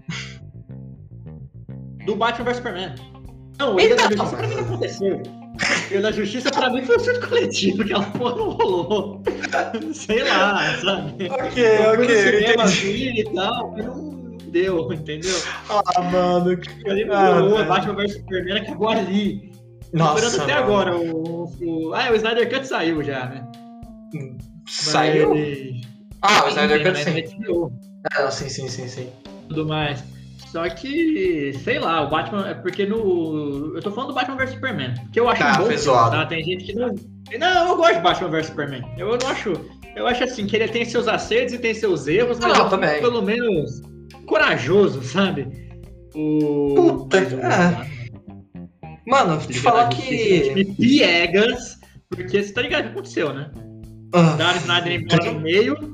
Do Batman vs Superman. Não, o Liga da Então, Justiça pra mim não aconteceu. O Liga da Justiça pra mim foi um surto coletivo, aquela porra não rolou. Sei lá, sabe? Ok, Eu fui no ok, eu cinema entendi. assim e tal, mas não deu, entendeu? Ah, mano. Ali não Ah, rolou, velho. Batman vs Superman acabou ali. Tô Nossa, esperando até mano. agora o, o. Ah, o Snyder Cut saiu já, né? Saiu? Mas- Ah, o Snyder Cut né, sim. na H B O, Ah, sim, sim, sim, sim. tudo mais. Só que, sei lá, o Batman. É porque no. Eu tô falando do Batman vs Superman. Que eu acho Tá, um bom foi filme, zoado. tá? Tem gente que não. Não, eu gosto de Batman vs Superman. Eu não acho. Eu acho assim, que ele tem seus acertos e tem seus erros, mas Ah, eu fico também. pelo menos corajoso, sabe? O. Puta, mas o- é. Mano, te falar que. Me piegas, porque você tá ligado o que aconteceu, né? Ah, Daram Snyder embora no meio,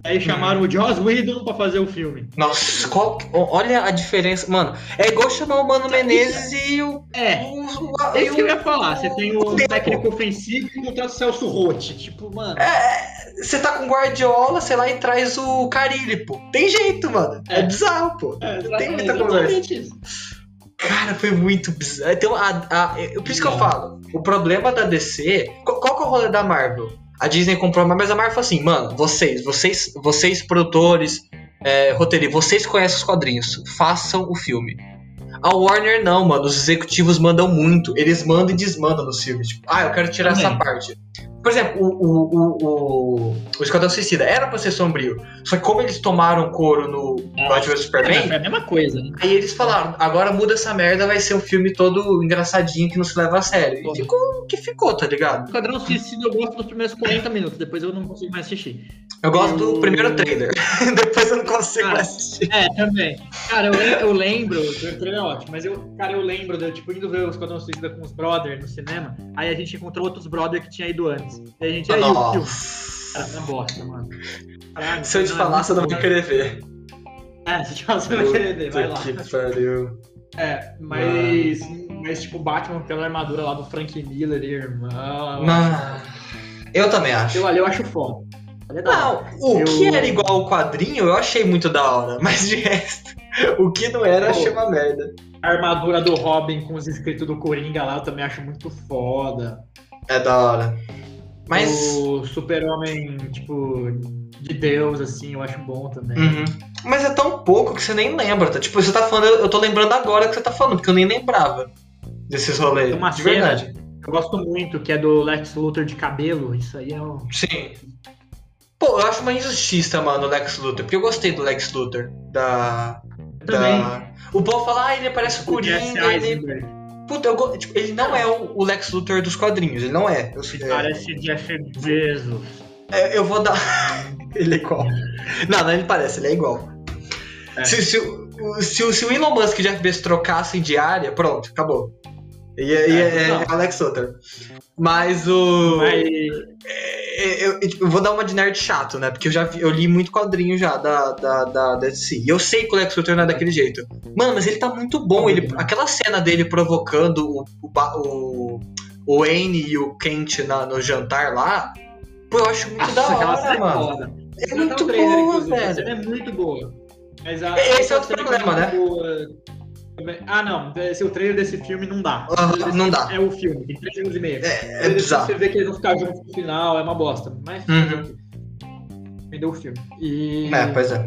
Aí chamaram hum. o Joss Whedon pra fazer o filme. Nossa, qual, olha a diferença. Mano, é igual chamar o Mano Menezes e o... É, é isso que eu ia falar. Você tem o, o técnico ofensivo e contrata o Celso Roth. Tipo, mano... É, você tá com Guardiola, sei lá, e traz o Carille, pô. Tem jeito, mano. É, é bizarro, pô. É, tem muita conversa. Isso. Cara, foi muito bizarro. Então, a, a, por isso que eu falo. O problema da D C... Qual, qual que é o rolê da Marvel? A Disney comprou, mas a Marvel falou assim, mano, vocês, vocês, vocês produtores, é, roteiristas, vocês conhecem os quadrinhos, façam o filme. A Warner não, mano, os executivos mandam muito, eles mandam e desmandam nos filmes. Tipo, ah, eu quero tirar Também. essa parte. Por exemplo, o, o, o, o, o Esquadrão Suicida era pra ser sombrio, só que como eles tomaram couro no Batman vs Superman... É a mesma coisa, né? Aí eles falaram, agora muda essa merda, vai ser um filme todo engraçadinho que não se leva a sério. E ficou o que ficou, tá ligado? O Esquadrão Suicida eu gosto dos primeiros quarenta minutos, depois eu não consigo mais assistir. Eu gosto eu... do primeiro trailer, depois eu não consigo cara, mais assistir. É, também. Cara, eu, eu lembro, o trailer é ótimo, mas eu, cara, eu lembro de eu, tipo, indo ver o Esquadrão Suicida com os brothers no cinema, aí a gente encontrou outros brothers que tinha ido antes. E a gente aí o filme. Cara, é bosta, mano. Caralho, se eu te falar, você não vai querer ver. É, se eu te falar, você vai querer ver, vai lá. Que pariu. É, mas, mas tipo, Batman pela armadura lá do Frank Miller, irmão. Não. Eu também acho. Eu ali eu acho foda. Não, o eu... que era igual ao quadrinho eu achei muito da hora, mas de resto, o que não era eu achei uma merda. A armadura do Robin com os escritos do Coringa lá eu também acho muito foda. É da hora. Mas... O Super-Homem, tipo, de Deus, assim, eu acho bom também. Uhum. Mas é tão pouco que você nem lembra, tá? Tipo, você tá falando, eu tô lembrando agora que você tá falando, porque eu nem lembrava desses rolês. Tem uma de cena verdade. Que eu gosto muito, que é do Lex Luthor de cabelo, isso aí é um... Sim. Pô, eu acho uma injustiça, mano, o Lex Luthor, porque eu gostei do Lex Luthor, da... Eu da... também. O povo fala, ah, ele parece o Coringa, ele... Puta, eu go... tipo, ele não é o, o Lex Luthor dos quadrinhos, ele não é. Eu, ele é... parece Jeff Bezos. É, eu vou dar... ele é igual. Não, não, ele parece, ele é igual. É. Se, se, se, se o Elon Musk e o Jeff Bezos trocassem de área, pronto, acabou. E é, é, é Alex Luthor. Mas o... Mas... É, eu, eu vou dar uma de nerd chato, né? Porque eu já vi, eu li muito quadrinho já da, da, da, da D C. E eu sei que o Lex Luthor não é daquele jeito. Mano, mas ele tá muito bom. Ele, aquela cena dele provocando o, o, o Wayne e o Kent na, no jantar lá, pô, eu acho muito Nossa, da hora, mano. É, é muito boa, velho. A cena é muito boa. Mas a, Esse é outro problema, né? Boa. Ah, não. Esse, o trailer desse filme não dá. Uh, não dá. É o filme, tem três anos e meio. É, é bizarro. Você vê que eles vão ficar juntos no final, é uma bosta. Mas uhum. me deu o filme. E... É, pois é.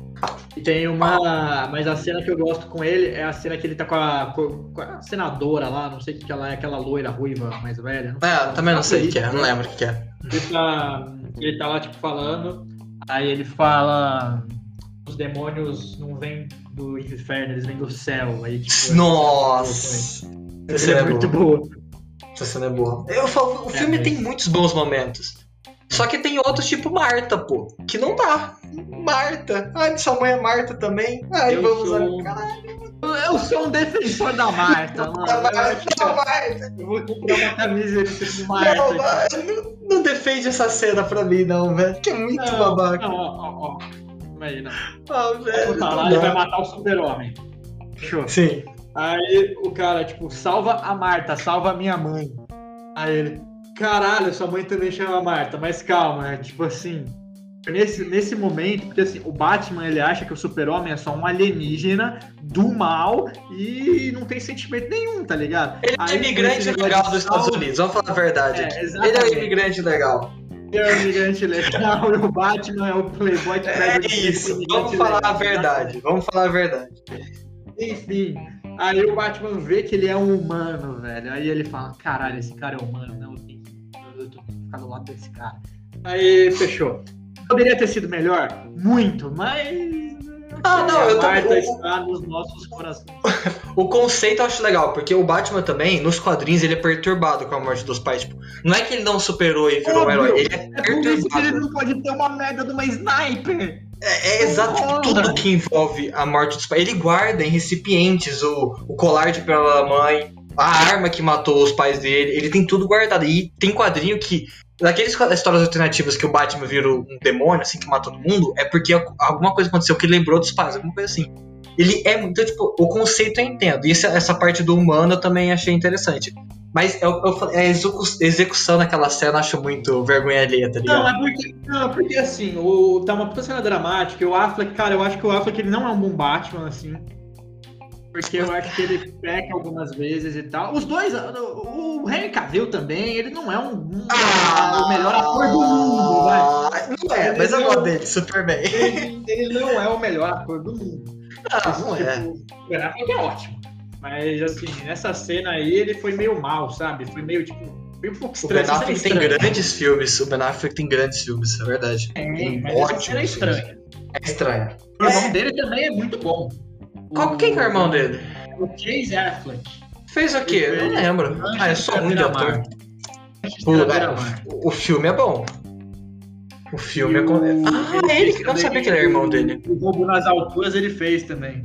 E tem uma... Mas a cena que eu gosto com ele é a cena que ele tá com a, com a senadora lá, não sei o que, que ela é, aquela loira ruiva mais velha. Não é, também não sei o que é, não lembro o que é. Ele tá, ele tá lá, tipo, falando, aí ele fala... Os demônios não vêm do inferno, eles vêm do céu. Aí, tipo, nossa! Essa é muito boa. Essa cena é boa. Eu falo, o filme é, tem muitos bons momentos. Só que tem outros tipo Marta, pô, que não dá. Marta. Ai, sua mãe é Marta também. Ai, eu vamos sou... usar. Caralho. Eu sou um defensor da Marta, mano. Da Marta, da Marta. Eu vou comprar uma camisa de Marta. Não, não, não defende essa cena pra mim, não, velho. Que é muito não, babaca. Não, ó, ó. Imagina. Ah, velho. Tá lá, ele vai matar o Super-Homem. Show. Sim. Aí o cara, tipo, salva a Marta, salva a minha mãe. Aí ele, caralho, sua mãe também chama Marta, mas calma, é tipo assim. Nesse, nesse momento, porque assim, o Batman ele acha que o Super-Homem é só um alienígena do mal e não tem sentimento nenhum, tá ligado? Ele é um imigrante legal dos Estados Unidos, vamos falar a verdade. É, ele é um imigrante legal. Ele é um imigrante legal e o Batman é o playboy que pega É isso, vamos falar legal, a verdade, tá? Vamos falar a verdade. Enfim, aí o Batman vê que ele é um humano, velho. Aí ele fala, caralho, esse cara é humano, não, eu tenho que, eu tenho que ficar do lado desse cara. Aí, fechou. Poderia ter sido melhor? Muito, mas... Ah, não, eu também... também... está nos nossos corações. O conceito eu acho legal, porque o Batman também, nos quadrinhos, ele é perturbado com a morte dos pais. Tipo, não é que ele não superou e virou um herói, ele é, é perturbado. Por isso que ele não pode ter uma merda de uma sniper. É, é exato, tipo, tudo que envolve a morte dos pais. Ele guarda em recipientes o, o colar de pela mãe, a arma que matou os pais dele, ele tem tudo guardado. E tem quadrinho que, daquelas histórias alternativas que o Batman vira um demônio, assim, que mata todo mundo, é porque alguma coisa aconteceu que ele lembrou dos pais, alguma coisa assim. Ele é muito, tipo, o conceito eu entendo. E essa, essa parte do humano eu também achei interessante. Mas eu, eu, a execução naquela cena eu acho muito vergonha alheia, tá ligado? Não, é porque, não, porque assim, o, tá uma puta cena dramática, o Affleck, cara, eu acho que o Affleck ele não é um bom Batman, assim. Porque eu acho que ele peca algumas vezes e tal. Os dois, o, o Henry Cavill também, ele não é um, um ah, o melhor ator do mundo, vai. Não é, ele mas eu gosto dele super bem. Ele, ele não é o melhor ator do mundo. Ah, não tipo, é. O Ben Affleck é ótimo. Mas, assim, nessa cena aí, ele foi meio mal, sabe? Foi meio, tipo, meio um pouco estranho. O Ben Affleck tem grandes filmes. O Ben Affleck tem grandes filmes, é verdade. É, tem mas essa cena é estranha. É estranha. O irmão é. dele também é muito bom. Qual, quem que é o irmão dele? O Chase Affleck. Fez o quê? Eu não lembro. Ah, é só ruim de ator. O, o, o filme é bom. O filme é... Com... Ah, é ele que... Eu não sabia que ele era irmão dele. O Roubo nas Alturas ele fez também.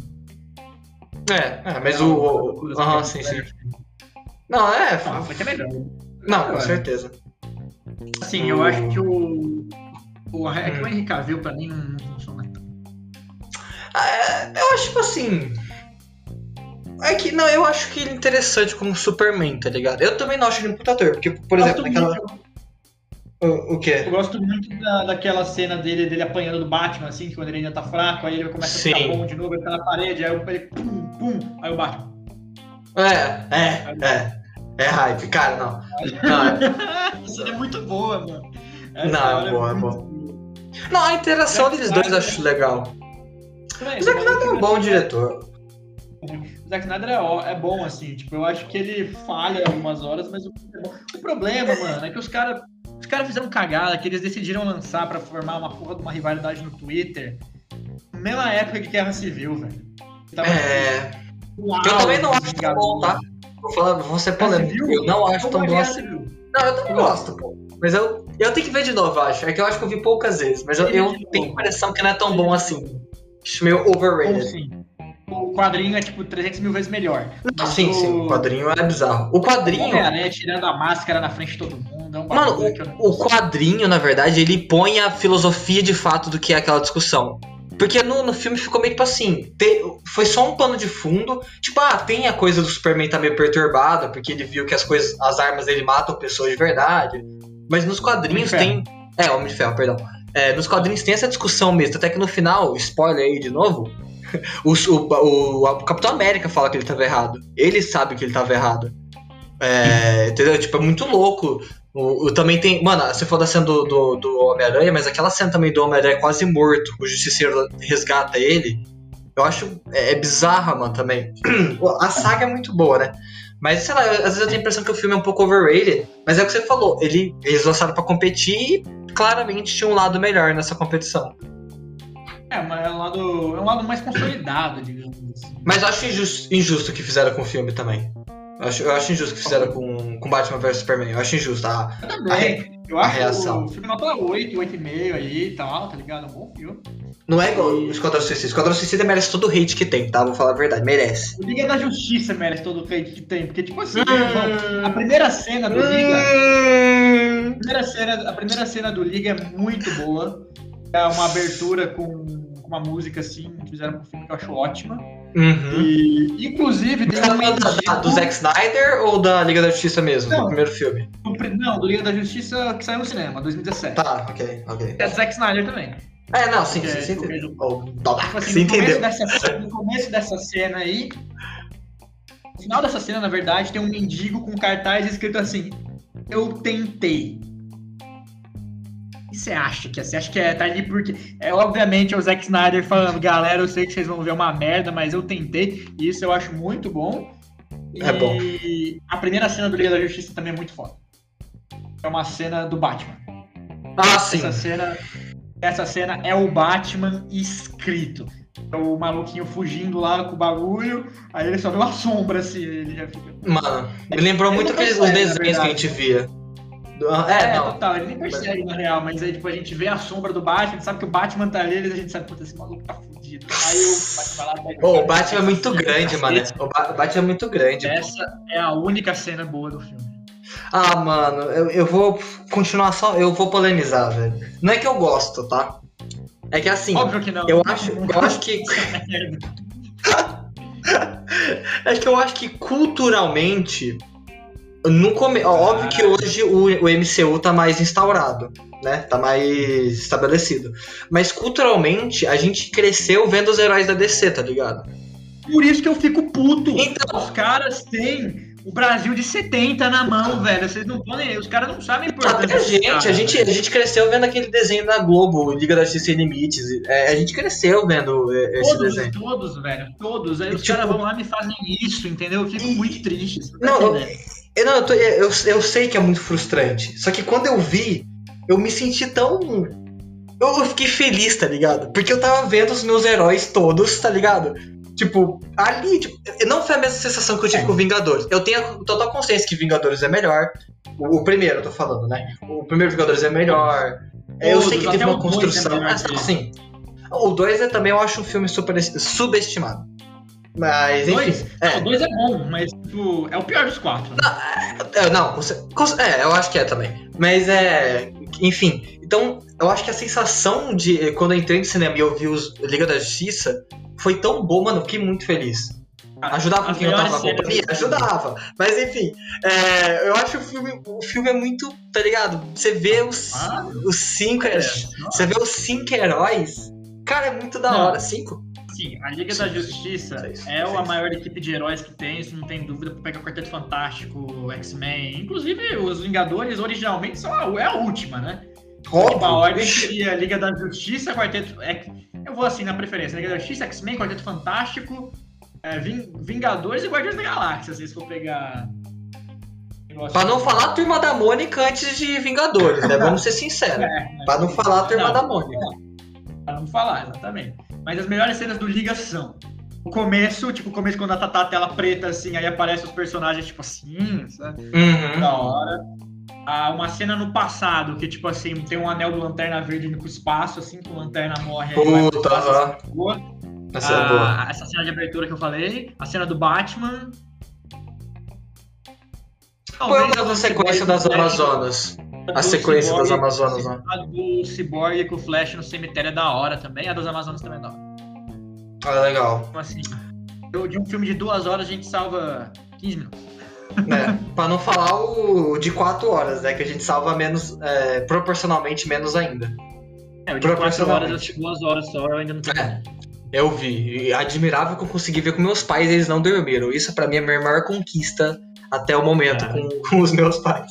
É, é mas não, o... Aham, sim, sim. Não, é... Não, foi que é melhor. Não, com certeza. Assim, eu acho que o... O, é que o Henry Cavill, pra mim, não funciona tanto. É, eu acho, tipo assim... É que, não, eu acho que ele é interessante como Superman, tá ligado? Eu também não acho ele um puta ator, porque, por exemplo, naquela... O, o quê? Eu gosto muito da, daquela cena dele, dele apanhando do Batman, assim, que quando ele ainda tá fraco, aí ele começa Sim. a ficar bom de novo, ele tá na parede, aí ele pum, pum, aí o Batman. É, é, é. É hype, cara, não. não é... Essa é muito boa, mano. Essa não, é boa, é boa. Boa. Não, a interação deles dois eu acho legal. O Zack Snyder é um bom diretor. O Zack Snyder é, é bom, assim, tipo, eu acho que ele falha algumas horas, mas o, o problema, mano, é que os caras os caras fizeram cagada, que eles decidiram lançar pra formar uma porra de uma rivalidade no Twitter, na mesma época que Guerra Civil, velho. É... Uau, eu também não acho tão bom, tá? Vou falar, vou ser polêmico, eu não acho tão bom assim. Não, eu também gosto, pô. Mas eu, eu tenho que ver de novo, eu acho. É que eu acho que eu vi poucas vezes, mas eu, eu tenho a impressão que não é tão bom assim. Acho meio overrated. Sim. O quadrinho é tipo trezentas mil vezes melhor. Não, sim, o... sim, o quadrinho é bizarro. O quadrinho. É, né? Tirando a máscara na frente de todo mundo. É um Mano, o, o quadrinho, na verdade, ele põe a filosofia de fato do que é aquela discussão. Porque no, no filme ficou meio tipo assim, te, foi só um pano de fundo. Tipo, ah, tem a coisa do Superman tá meio perturbada, porque ele viu que as coisas, as armas dele matam pessoas de verdade. Mas nos quadrinhos tem. É, Homem de Ferro, perdão. É, nos quadrinhos tem essa discussão mesmo. Até que no final, spoiler aí de novo. O, o, o, o Capitão América fala que ele tava errado. Ele sabe que ele tava errado. É, entendeu? Tipo, é muito louco. O, o, também tem... Mano, você falou da cena do, do, do Homem-Aranha, mas aquela cena também do Homem-Aranha quase morto, o Justiceiro resgata ele. Eu acho... É, é bizarra, mano, também. A saga é muito boa, né? Mas, sei lá, às vezes eu tenho a impressão que o filme é um pouco overrated. Mas é o que você falou. Ele, eles lançaram pra competir e claramente tinha um lado melhor nessa competição. É, mas é um lado, é um lado mais consolidado, digamos assim. Mas eu acho injusto, injusto o que fizeram com o filme também. Eu acho, eu acho injusto o que fizeram com, com Batman versus Superman. Eu acho injusto a, eu também. a, re, eu a acho reação. O filme nota oito, oito e meio aí e tal, tá ligado? É um bom filme. Não é igual o Esquadrão Suicida. O Esquadrão Suicida merece todo o hate que tem, tá? Vou falar a verdade, merece. O Liga da Justiça merece todo o hate que tem. Porque, tipo assim, hum, irmão, a primeira cena do Liga... Hum, a, primeira cena, a primeira cena do Liga é muito boa. É uma abertura com... uma música assim, que fizeram pro filme que eu acho ótima. Uhum. E, inclusive, tem uma da, do Zack Snyder ou da Liga da Justiça mesmo, não, do primeiro filme? Do, não, do Liga da Justiça que saiu no cinema, dois mil e dezessete. Tá, ok, ok. É do Zack Snyder também. É, não, sim, Porque, sim, sim. porque, sim. Oh, tipo assim, você no entendeu. Começo dessa, no começo dessa cena aí, no final dessa cena, na verdade, tem um mendigo com cartaz escrito assim: eu tentei. O que você acha que é? Você acha que é, tá ali porque... É, obviamente, é o Zack Snyder falando, galera, eu sei que vocês vão ver uma merda, mas eu tentei. E isso eu acho muito bom. E é bom. A primeira cena do Liga da Justiça também é muito foda. É uma cena do Batman. Ah, sim. Essa cena, essa cena é o Batman escrito. É o maluquinho fugindo lá com o bagulho, aí ele só vê uma sombra assim, ele já fica... Mano, me lembrou muito aqueles os desenhos que a gente via. É, é, não. Total, ele nem percebe na real, mas aí tipo, a gente vê a sombra do Batman, a gente sabe que o Batman tá ali, a gente sabe, puta, esse maluco tá fudido. esquisito. Aí o Batman lá pega Pô, o cara, Batman é muito essa grande, cena mano. cacete. O Ba- o Batman é muito grande. Essa é a única cena boa do filme. Ah, mano, eu, eu vou continuar só. Eu vou polemizar, velho. Não é que eu gosto, tá? É que assim, Óbvio que não. eu acho, eu acho que. É que eu acho que culturalmente. No come... ó, óbvio que hoje o, o M C U tá mais instaurado, né? Tá mais estabelecido. Mas culturalmente, a gente cresceu vendo os heróis da D C, tá ligado? Por isso que eu fico puto. Então- Os caras têm o Brasil de setenta na mão, velho. Vocês não podem. Os caras não sabem a importância Até a desses gente, caras, a gente, velho. a gente cresceu vendo aquele desenho da Globo, Liga da Justiça Sem Limites. É, a gente cresceu vendo é, esse Todos, desenho. todos, velho. Todos. Aí E, os tipo- caras vão lá e me fazem isso, entendeu? Eu fico muito triste. Você tá Não, eu, entendendo? eu, não, eu, tô- eu, eu sei que é muito frustrante. Só que quando eu vi, eu me senti tão. Eu, eu fiquei feliz, tá ligado? Porque eu tava vendo os meus heróis todos, tá ligado? Tipo, ali, tipo, não foi a mesma sensação que eu tive É. com Vingadores. Eu tenho a total consciência que Vingadores é melhor. O, o primeiro, eu tô falando, né? O primeiro Vingadores é melhor. É, eu Todos, sei que até teve uma o dois é construção. melhor Ah, que- assim. O dois é, também eu acho um filme super subestimado. Mas, enfim. Dois? É. Não, dois é bom, mas tipo, é o pior dos quatro. Né? É, não, você, cons- é, eu acho que é também. Mas é. Enfim, então eu acho que a sensação de quando eu entrei no cinema e eu vi os Liga da Justiça foi tão boa, mano, eu fiquei muito feliz. Ajudava com As quem eu tava na melhores cenas companhia? do filme. Ajudava. Mas enfim, é, eu acho que o filme, o filme é muito, tá ligado? Você vê os, Ah, os cinco. é. Você vê os cinco heróis. Cara, é muito da Não. hora. Cinco? Sim, a Liga da Justiça Seis, é a seis. maior equipe de heróis que tem, isso não tem dúvida, pra pegar o Quarteto Fantástico, X-Men. Inclusive, os Vingadores originalmente são a, é a última, né? A última ordem Óbvio. seria a Liga da Justiça, Quarteto. X- Eu vou assim na preferência: Liga da Justiça, X-Men, Quarteto Fantástico, é, Ving- Vingadores e Guardiões da Galáxia, se vocês for pegar. Pra não falar a Turma da Mônica antes de Vingadores, né? Vamos ser sinceros. É, Pra não falar a Turma Não. da Mônica. Pra não falar, exatamente. Mas as melhores cenas do Liga são o começo, tipo, o começo quando tá a tela preta, assim, aí aparecem os personagens, tipo assim, sabe? Uhum. Da hora. Ah, uma cena no passado, que, tipo assim, tem um anel do Lanterna Verde indo pro espaço, assim, que o Lanterna morre aí vai pro Puta, espaço, aham. essa cena boa. Essa é boa. Ah, essa cena de abertura que eu falei, a cena do Batman. Qual é Talvez a do sequência Cyborg das com o Flash, Amazonas? a A do sequência das Cyborg- Amazonas, né? A do Cyborg com o Flash no cemitério é da hora também, a das Amazonas também é da hora. Ah, legal. Então, assim, eu- de um filme de duas horas a gente salva quinze minutos. É, pra não falar o de quatro horas, né? Que a gente salva menos, é, proporcionalmente menos ainda. É, o de quatro horas, eu Proporcionalmente. assisti duas horas só, eu ainda não tenho. É. Eu vi. E admirável que eu consegui ver com meus pais, eles não dormiram. Isso pra mim é a minha maior conquista até o momento É. com, com os meus pais.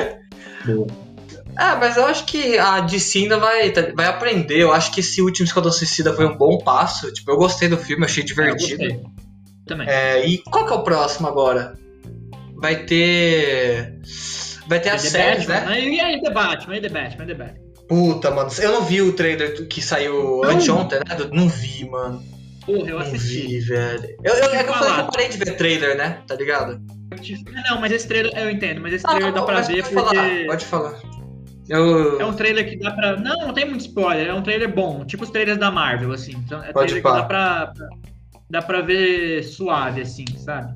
Ah, mas eu acho que a D C ainda vai, tá- vai aprender. Eu acho que esse último Esquadrão Suicida foi um bom passo. Tipo, eu gostei do filme, achei É, eu divertido. gostei. Também. É, e qual que é o próximo agora? Vai ter. Vai ter as The séries, Batman, né? E aí, The Batman, e The Batman, e The Batman. Puta, mano. Eu não vi o trailer que saiu Não. anteontem, né? Não vi, mano. Porra, eu Não assisti. vi, velho. Eu, eu, é que eu falei que Falar. eu parei de ver trailer, né? Tá ligado? Não, mas esse trailer, eu entendo, mas esse Ah, trailer dá pra mas ver pode porque... falar, pode falar. Eu... É um trailer que dá pra... Não, não tem muito spoiler, é um trailer bom, tipo os trailers da Marvel, assim. Então, é Pode trailer pá. que dá pra, pra- dá pra ver suave, assim, sabe?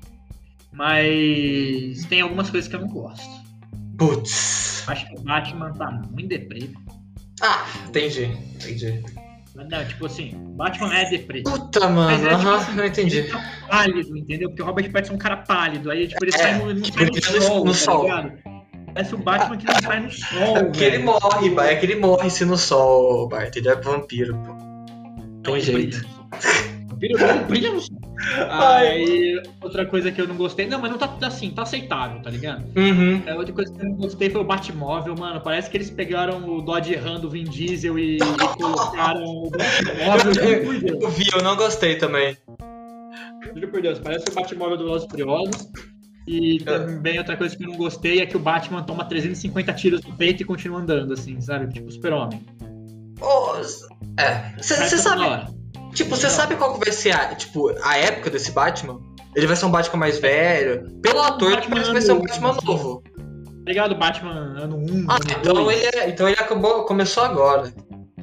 Mas tem algumas coisas que eu não gosto. Putz. Acho que o Batman tá muito deprê. Ah, entendi. Entendi. Mas não, tipo assim, Batman é deprê. Puta, Mas mano. é, tipo Aham, assim, eu entendi. Ele tá pálido, entendeu? Porque o Robert Pattinson é um cara pálido. Aí, tipo, ele É, sai no, não tipo, sai no ele tá no- sol, no tá sol. ligado? Parece o Batman que não sai no sol, É porque ele velho. morre, Bart. É que ele morre se no sol, Bart. Ele é vampiro, pô. Não, Tem ele jeito. brilha. Vampiro não brilha no sol. Aí, outra coisa que eu não gostei... Não, mas não tá assim, tá aceitável, tá ligado? Uhum. A outra coisa que eu não gostei foi o Batmóvel, mano. Parece que eles pegaram o Dodge Ram do Vin Diesel e, e colocaram o Batmóvel. Juro por Deus. Eu vi, eu não gostei também. Juro por Deus, parece o Batmóvel do Velozes e Furiosos. E também outra coisa que eu não gostei é que o Batman toma trezentos e cinquenta tiros no peito e continua andando, assim, sabe? Tipo super-homem. Ô, é, você Mas tá sabe, da hora. tipo, você sabe qual que vai ser a, tipo, a época desse Batman? Ele vai ser um Batman mais velho. Pelo ator, Batman parece que vai ser um ano Batman um, assim. novo. Tá ligado? Batman ano um, Ah, ano então dois. ele, é, então ele acabou, começou agora.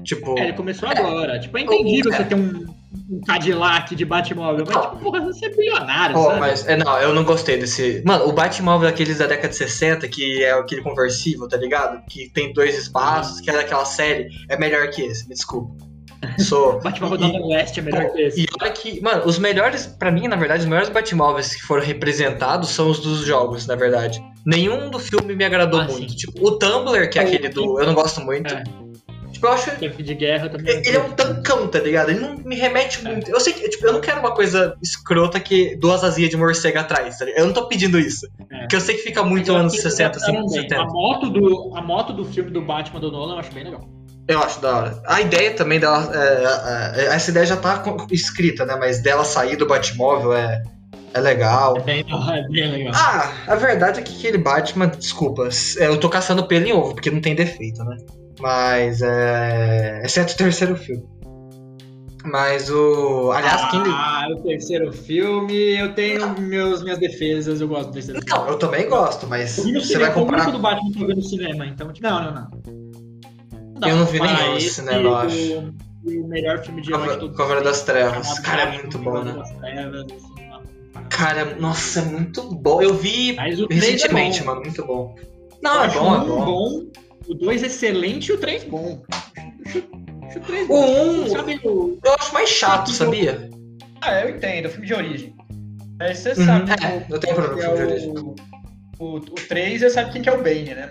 Tipo. É, ele começou agora. Tipo, é entendível é. você ter um, um Cadillac de Batmóvel, mas, tipo, porra, você é bilionário, Pô, sabe? mas, é, não, eu não gostei desse. Mano, o Batmóvel daqueles da década de sessenta, que é aquele conversível, tá ligado? Que tem dois espaços, que é daquela série, é melhor que esse, me desculpa. Sou. Batmóvel da West é melhor pô, que esse. E olha que, mano, os melhores, pra mim, na verdade, os melhores Batmóveis que foram representados são os dos jogos, na verdade. Nenhum do filme me agradou Ah, muito. sim. Tipo, o Tumblr, que é, É, aquele do. Eu não gosto muito. É. Tipo, eu acho. Tempo de guerra também. Ele é um tancão, tá ligado? Ele não me remete muito. Eu sei que, tipo, eu não quero uma coisa escrota que duas asinhas de morcego atrás, tá ligado? Eu não tô pedindo isso. É. Porque eu sei que fica muito Mas eu anos acho que sessenta, eles adaptaram setenta. bem. A moto, do, a moto do filme do Batman do Nolan eu acho bem legal. Eu acho da hora. A ideia também dela. É, é, é, essa ideia já tá escrita, né? Mas dela sair do Batmóvel é, é legal. É bem, é bem legal. Ah, a verdade é que aquele Batman, desculpa, eu tô caçando pelo em ovo, porque não tem defeito, né? Mas é. Exceto o terceiro filme. Mas o. Aliás, ah, quem. Ah, o terceiro filme, eu tenho meus, minhas defesas, eu gosto do terceiro filme. Não, eu também gosto, mas Eu vi no você cinema, vai comparar. o único do Batman que eu vi no cinema, então. Tipo, não, não, não. Eu não vi comparar nenhum no esse cinema, eu acho. e O, o melhor filme de herói de todos os Cavaleiro das tempos, Trevas. chamado Cara, é Batman, muito bom, Cavaleiro né? das Trevas, assim, uma- Cara, nossa, é muito bom. Eu vi Mas o três recentemente, é bom. mano, muito bom. Não, Eu é acho bom, é um bom. bom, o dois excelente e o três bom. Acho, acho o três O bom. um, Sabe o... eu acho mais chato, sabia? Ah, eu entendo, filme de origem. Mas você Uhum, sabe é, o, eu tenho problema que com é filme de o, o, o três, você sabe quem que é o Bane, né?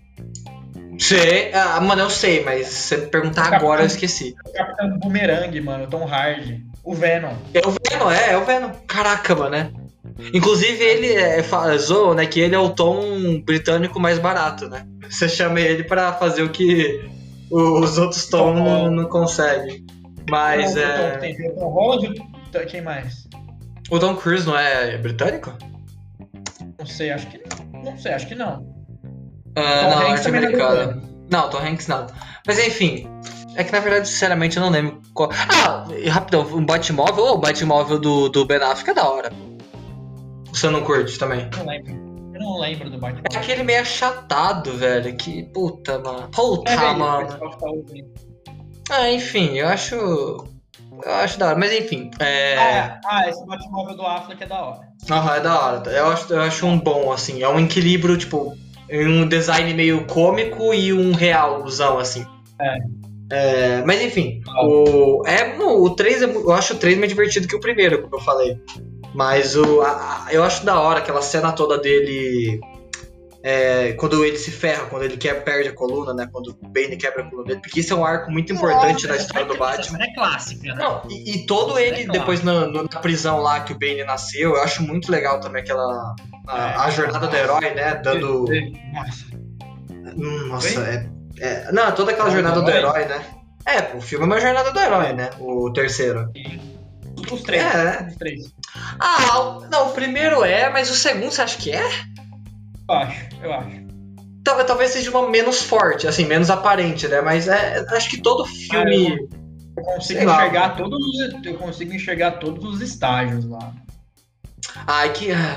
Sei, ah, mano, eu sei, mas se você me perguntar O agora, eu Capitão- esqueci. O Capitão Boomerang, mano, o Tom Hardy, o Venom. É o Venom, é, é o Venom. Caraca, mano, né? Inclusive, ele é, fa- zoa, né, que ele é o tom britânico mais barato, né? Você chama ele pra fazer o que os outros Tom não, não conseguem. Mas Não, o é. Tom, tem o Tom Holland, o- quem mais? O Tom Cruise não é britânico? Não sei, acho que não sei, acho que não. Ah, Tom não, Hanks também não é norte-americano. Não, Tom Hanks não. Mas enfim, é que na verdade, sinceramente, eu não lembro qual. Ah, e rapidão, um Batmóvel ou o Batmóvel do, do Ben Affleck é da hora. Você não curte também? Não lembro. Eu não lembro do Batman. É aquele meio achatado, velho. Que puta, mano. Puta, É, velho, mano. o pessoal tá ouvindo. Ah, enfim, eu acho. Eu acho da hora. Mas enfim, é. Ah, ah, esse Batmóvel do Affleck é da hora. Aham, é da hora. Eu acho, eu acho um bom, assim. É um equilíbrio, tipo, um design meio cômico e um realzão, assim. É. É, mas enfim, o, é, não, o três é, mu- eu acho o três mais divertido que o primeiro, como eu falei. Mas o, a- a- eu acho da hora aquela cena toda dele. É, quando ele se ferra, quando ele quer, perde a coluna, né? Quando o Bane quebra a coluna dele, porque isso é um arco muito importante na história do Batman. É clássica, né? Não, e, e todo ele, É claro. depois na, na prisão lá que o Bane nasceu, eu acho muito legal também aquela. A, a jornada do herói, né? Dando. Nossa. Hum, Nossa, é, é. Não, toda aquela jornada do herói, né? É, pô, o filme é uma jornada do herói, né? O terceiro. Os três. É. Os três. Ah, o- não, o primeiro é, mas o segundo você acha que é? Eu acho, eu acho. Talvez, talvez seja uma menos forte, assim, menos aparente, né? Mas é, acho que todo filme. Eu consigo Sei lá. enxergar todos os, eu consigo enxergar todos os estágios lá. Ai, que. ah.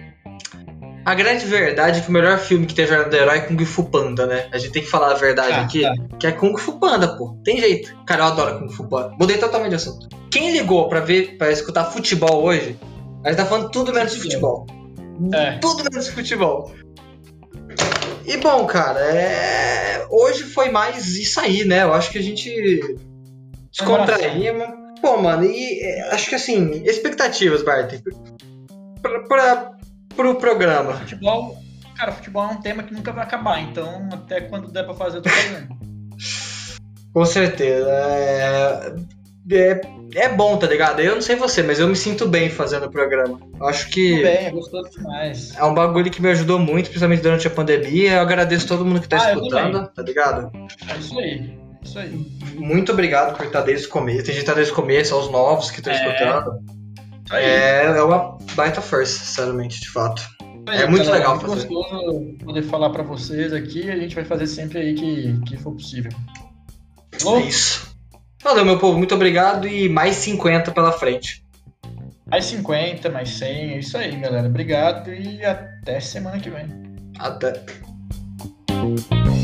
A grande verdade é que o melhor filme que tem a jornada do herói é Kung Fu Panda, né? A gente tem que falar a verdade Ah, aqui, tá. que é Kung Fu Panda, pô. Tem jeito. Cara, eu adoro Kung Fu Panda. Mudei totalmente de assunto. Quem ligou pra ver, para escutar futebol hoje, a gente tá falando tudo menos de futebol. É. Tudo menos de futebol. E bom, cara, é... hoje foi mais isso aí, né? Eu acho que a gente descontraímos. Pô, mano, e é, acho que assim, expectativas, Bart, pra, pra, pro programa. Futebol, cara, futebol é um tema que nunca vai acabar, então até quando der pra fazer, eu tô fazendo. Com certeza. É... É, é bom, tá ligado? Eu não sei você, mas eu me sinto bem fazendo o programa. Eu acho que Tudo bem, é gostoso demais. é um bagulho que me ajudou muito, principalmente durante a pandemia. Eu agradeço todo mundo que tá Ah, eu escutando, também. tá ligado? É isso aí, é isso aí. Muito obrigado por estar desde o começo. Tem gente que tá desde o começo, aos novos que estão É. escutando. Isso aí. É, é uma baita força, sinceramente, de fato. Aí, é muito galera, legal muito fazer. gostoso poder falar pra vocês aqui. A gente vai fazer sempre aí que, que for possível. Falou? É isso. Valeu, meu povo. Muito obrigado e mais cinquenta pela frente. Mais cinquenta, mais cem. É isso aí, galera. Obrigado e até semana que vem. Até.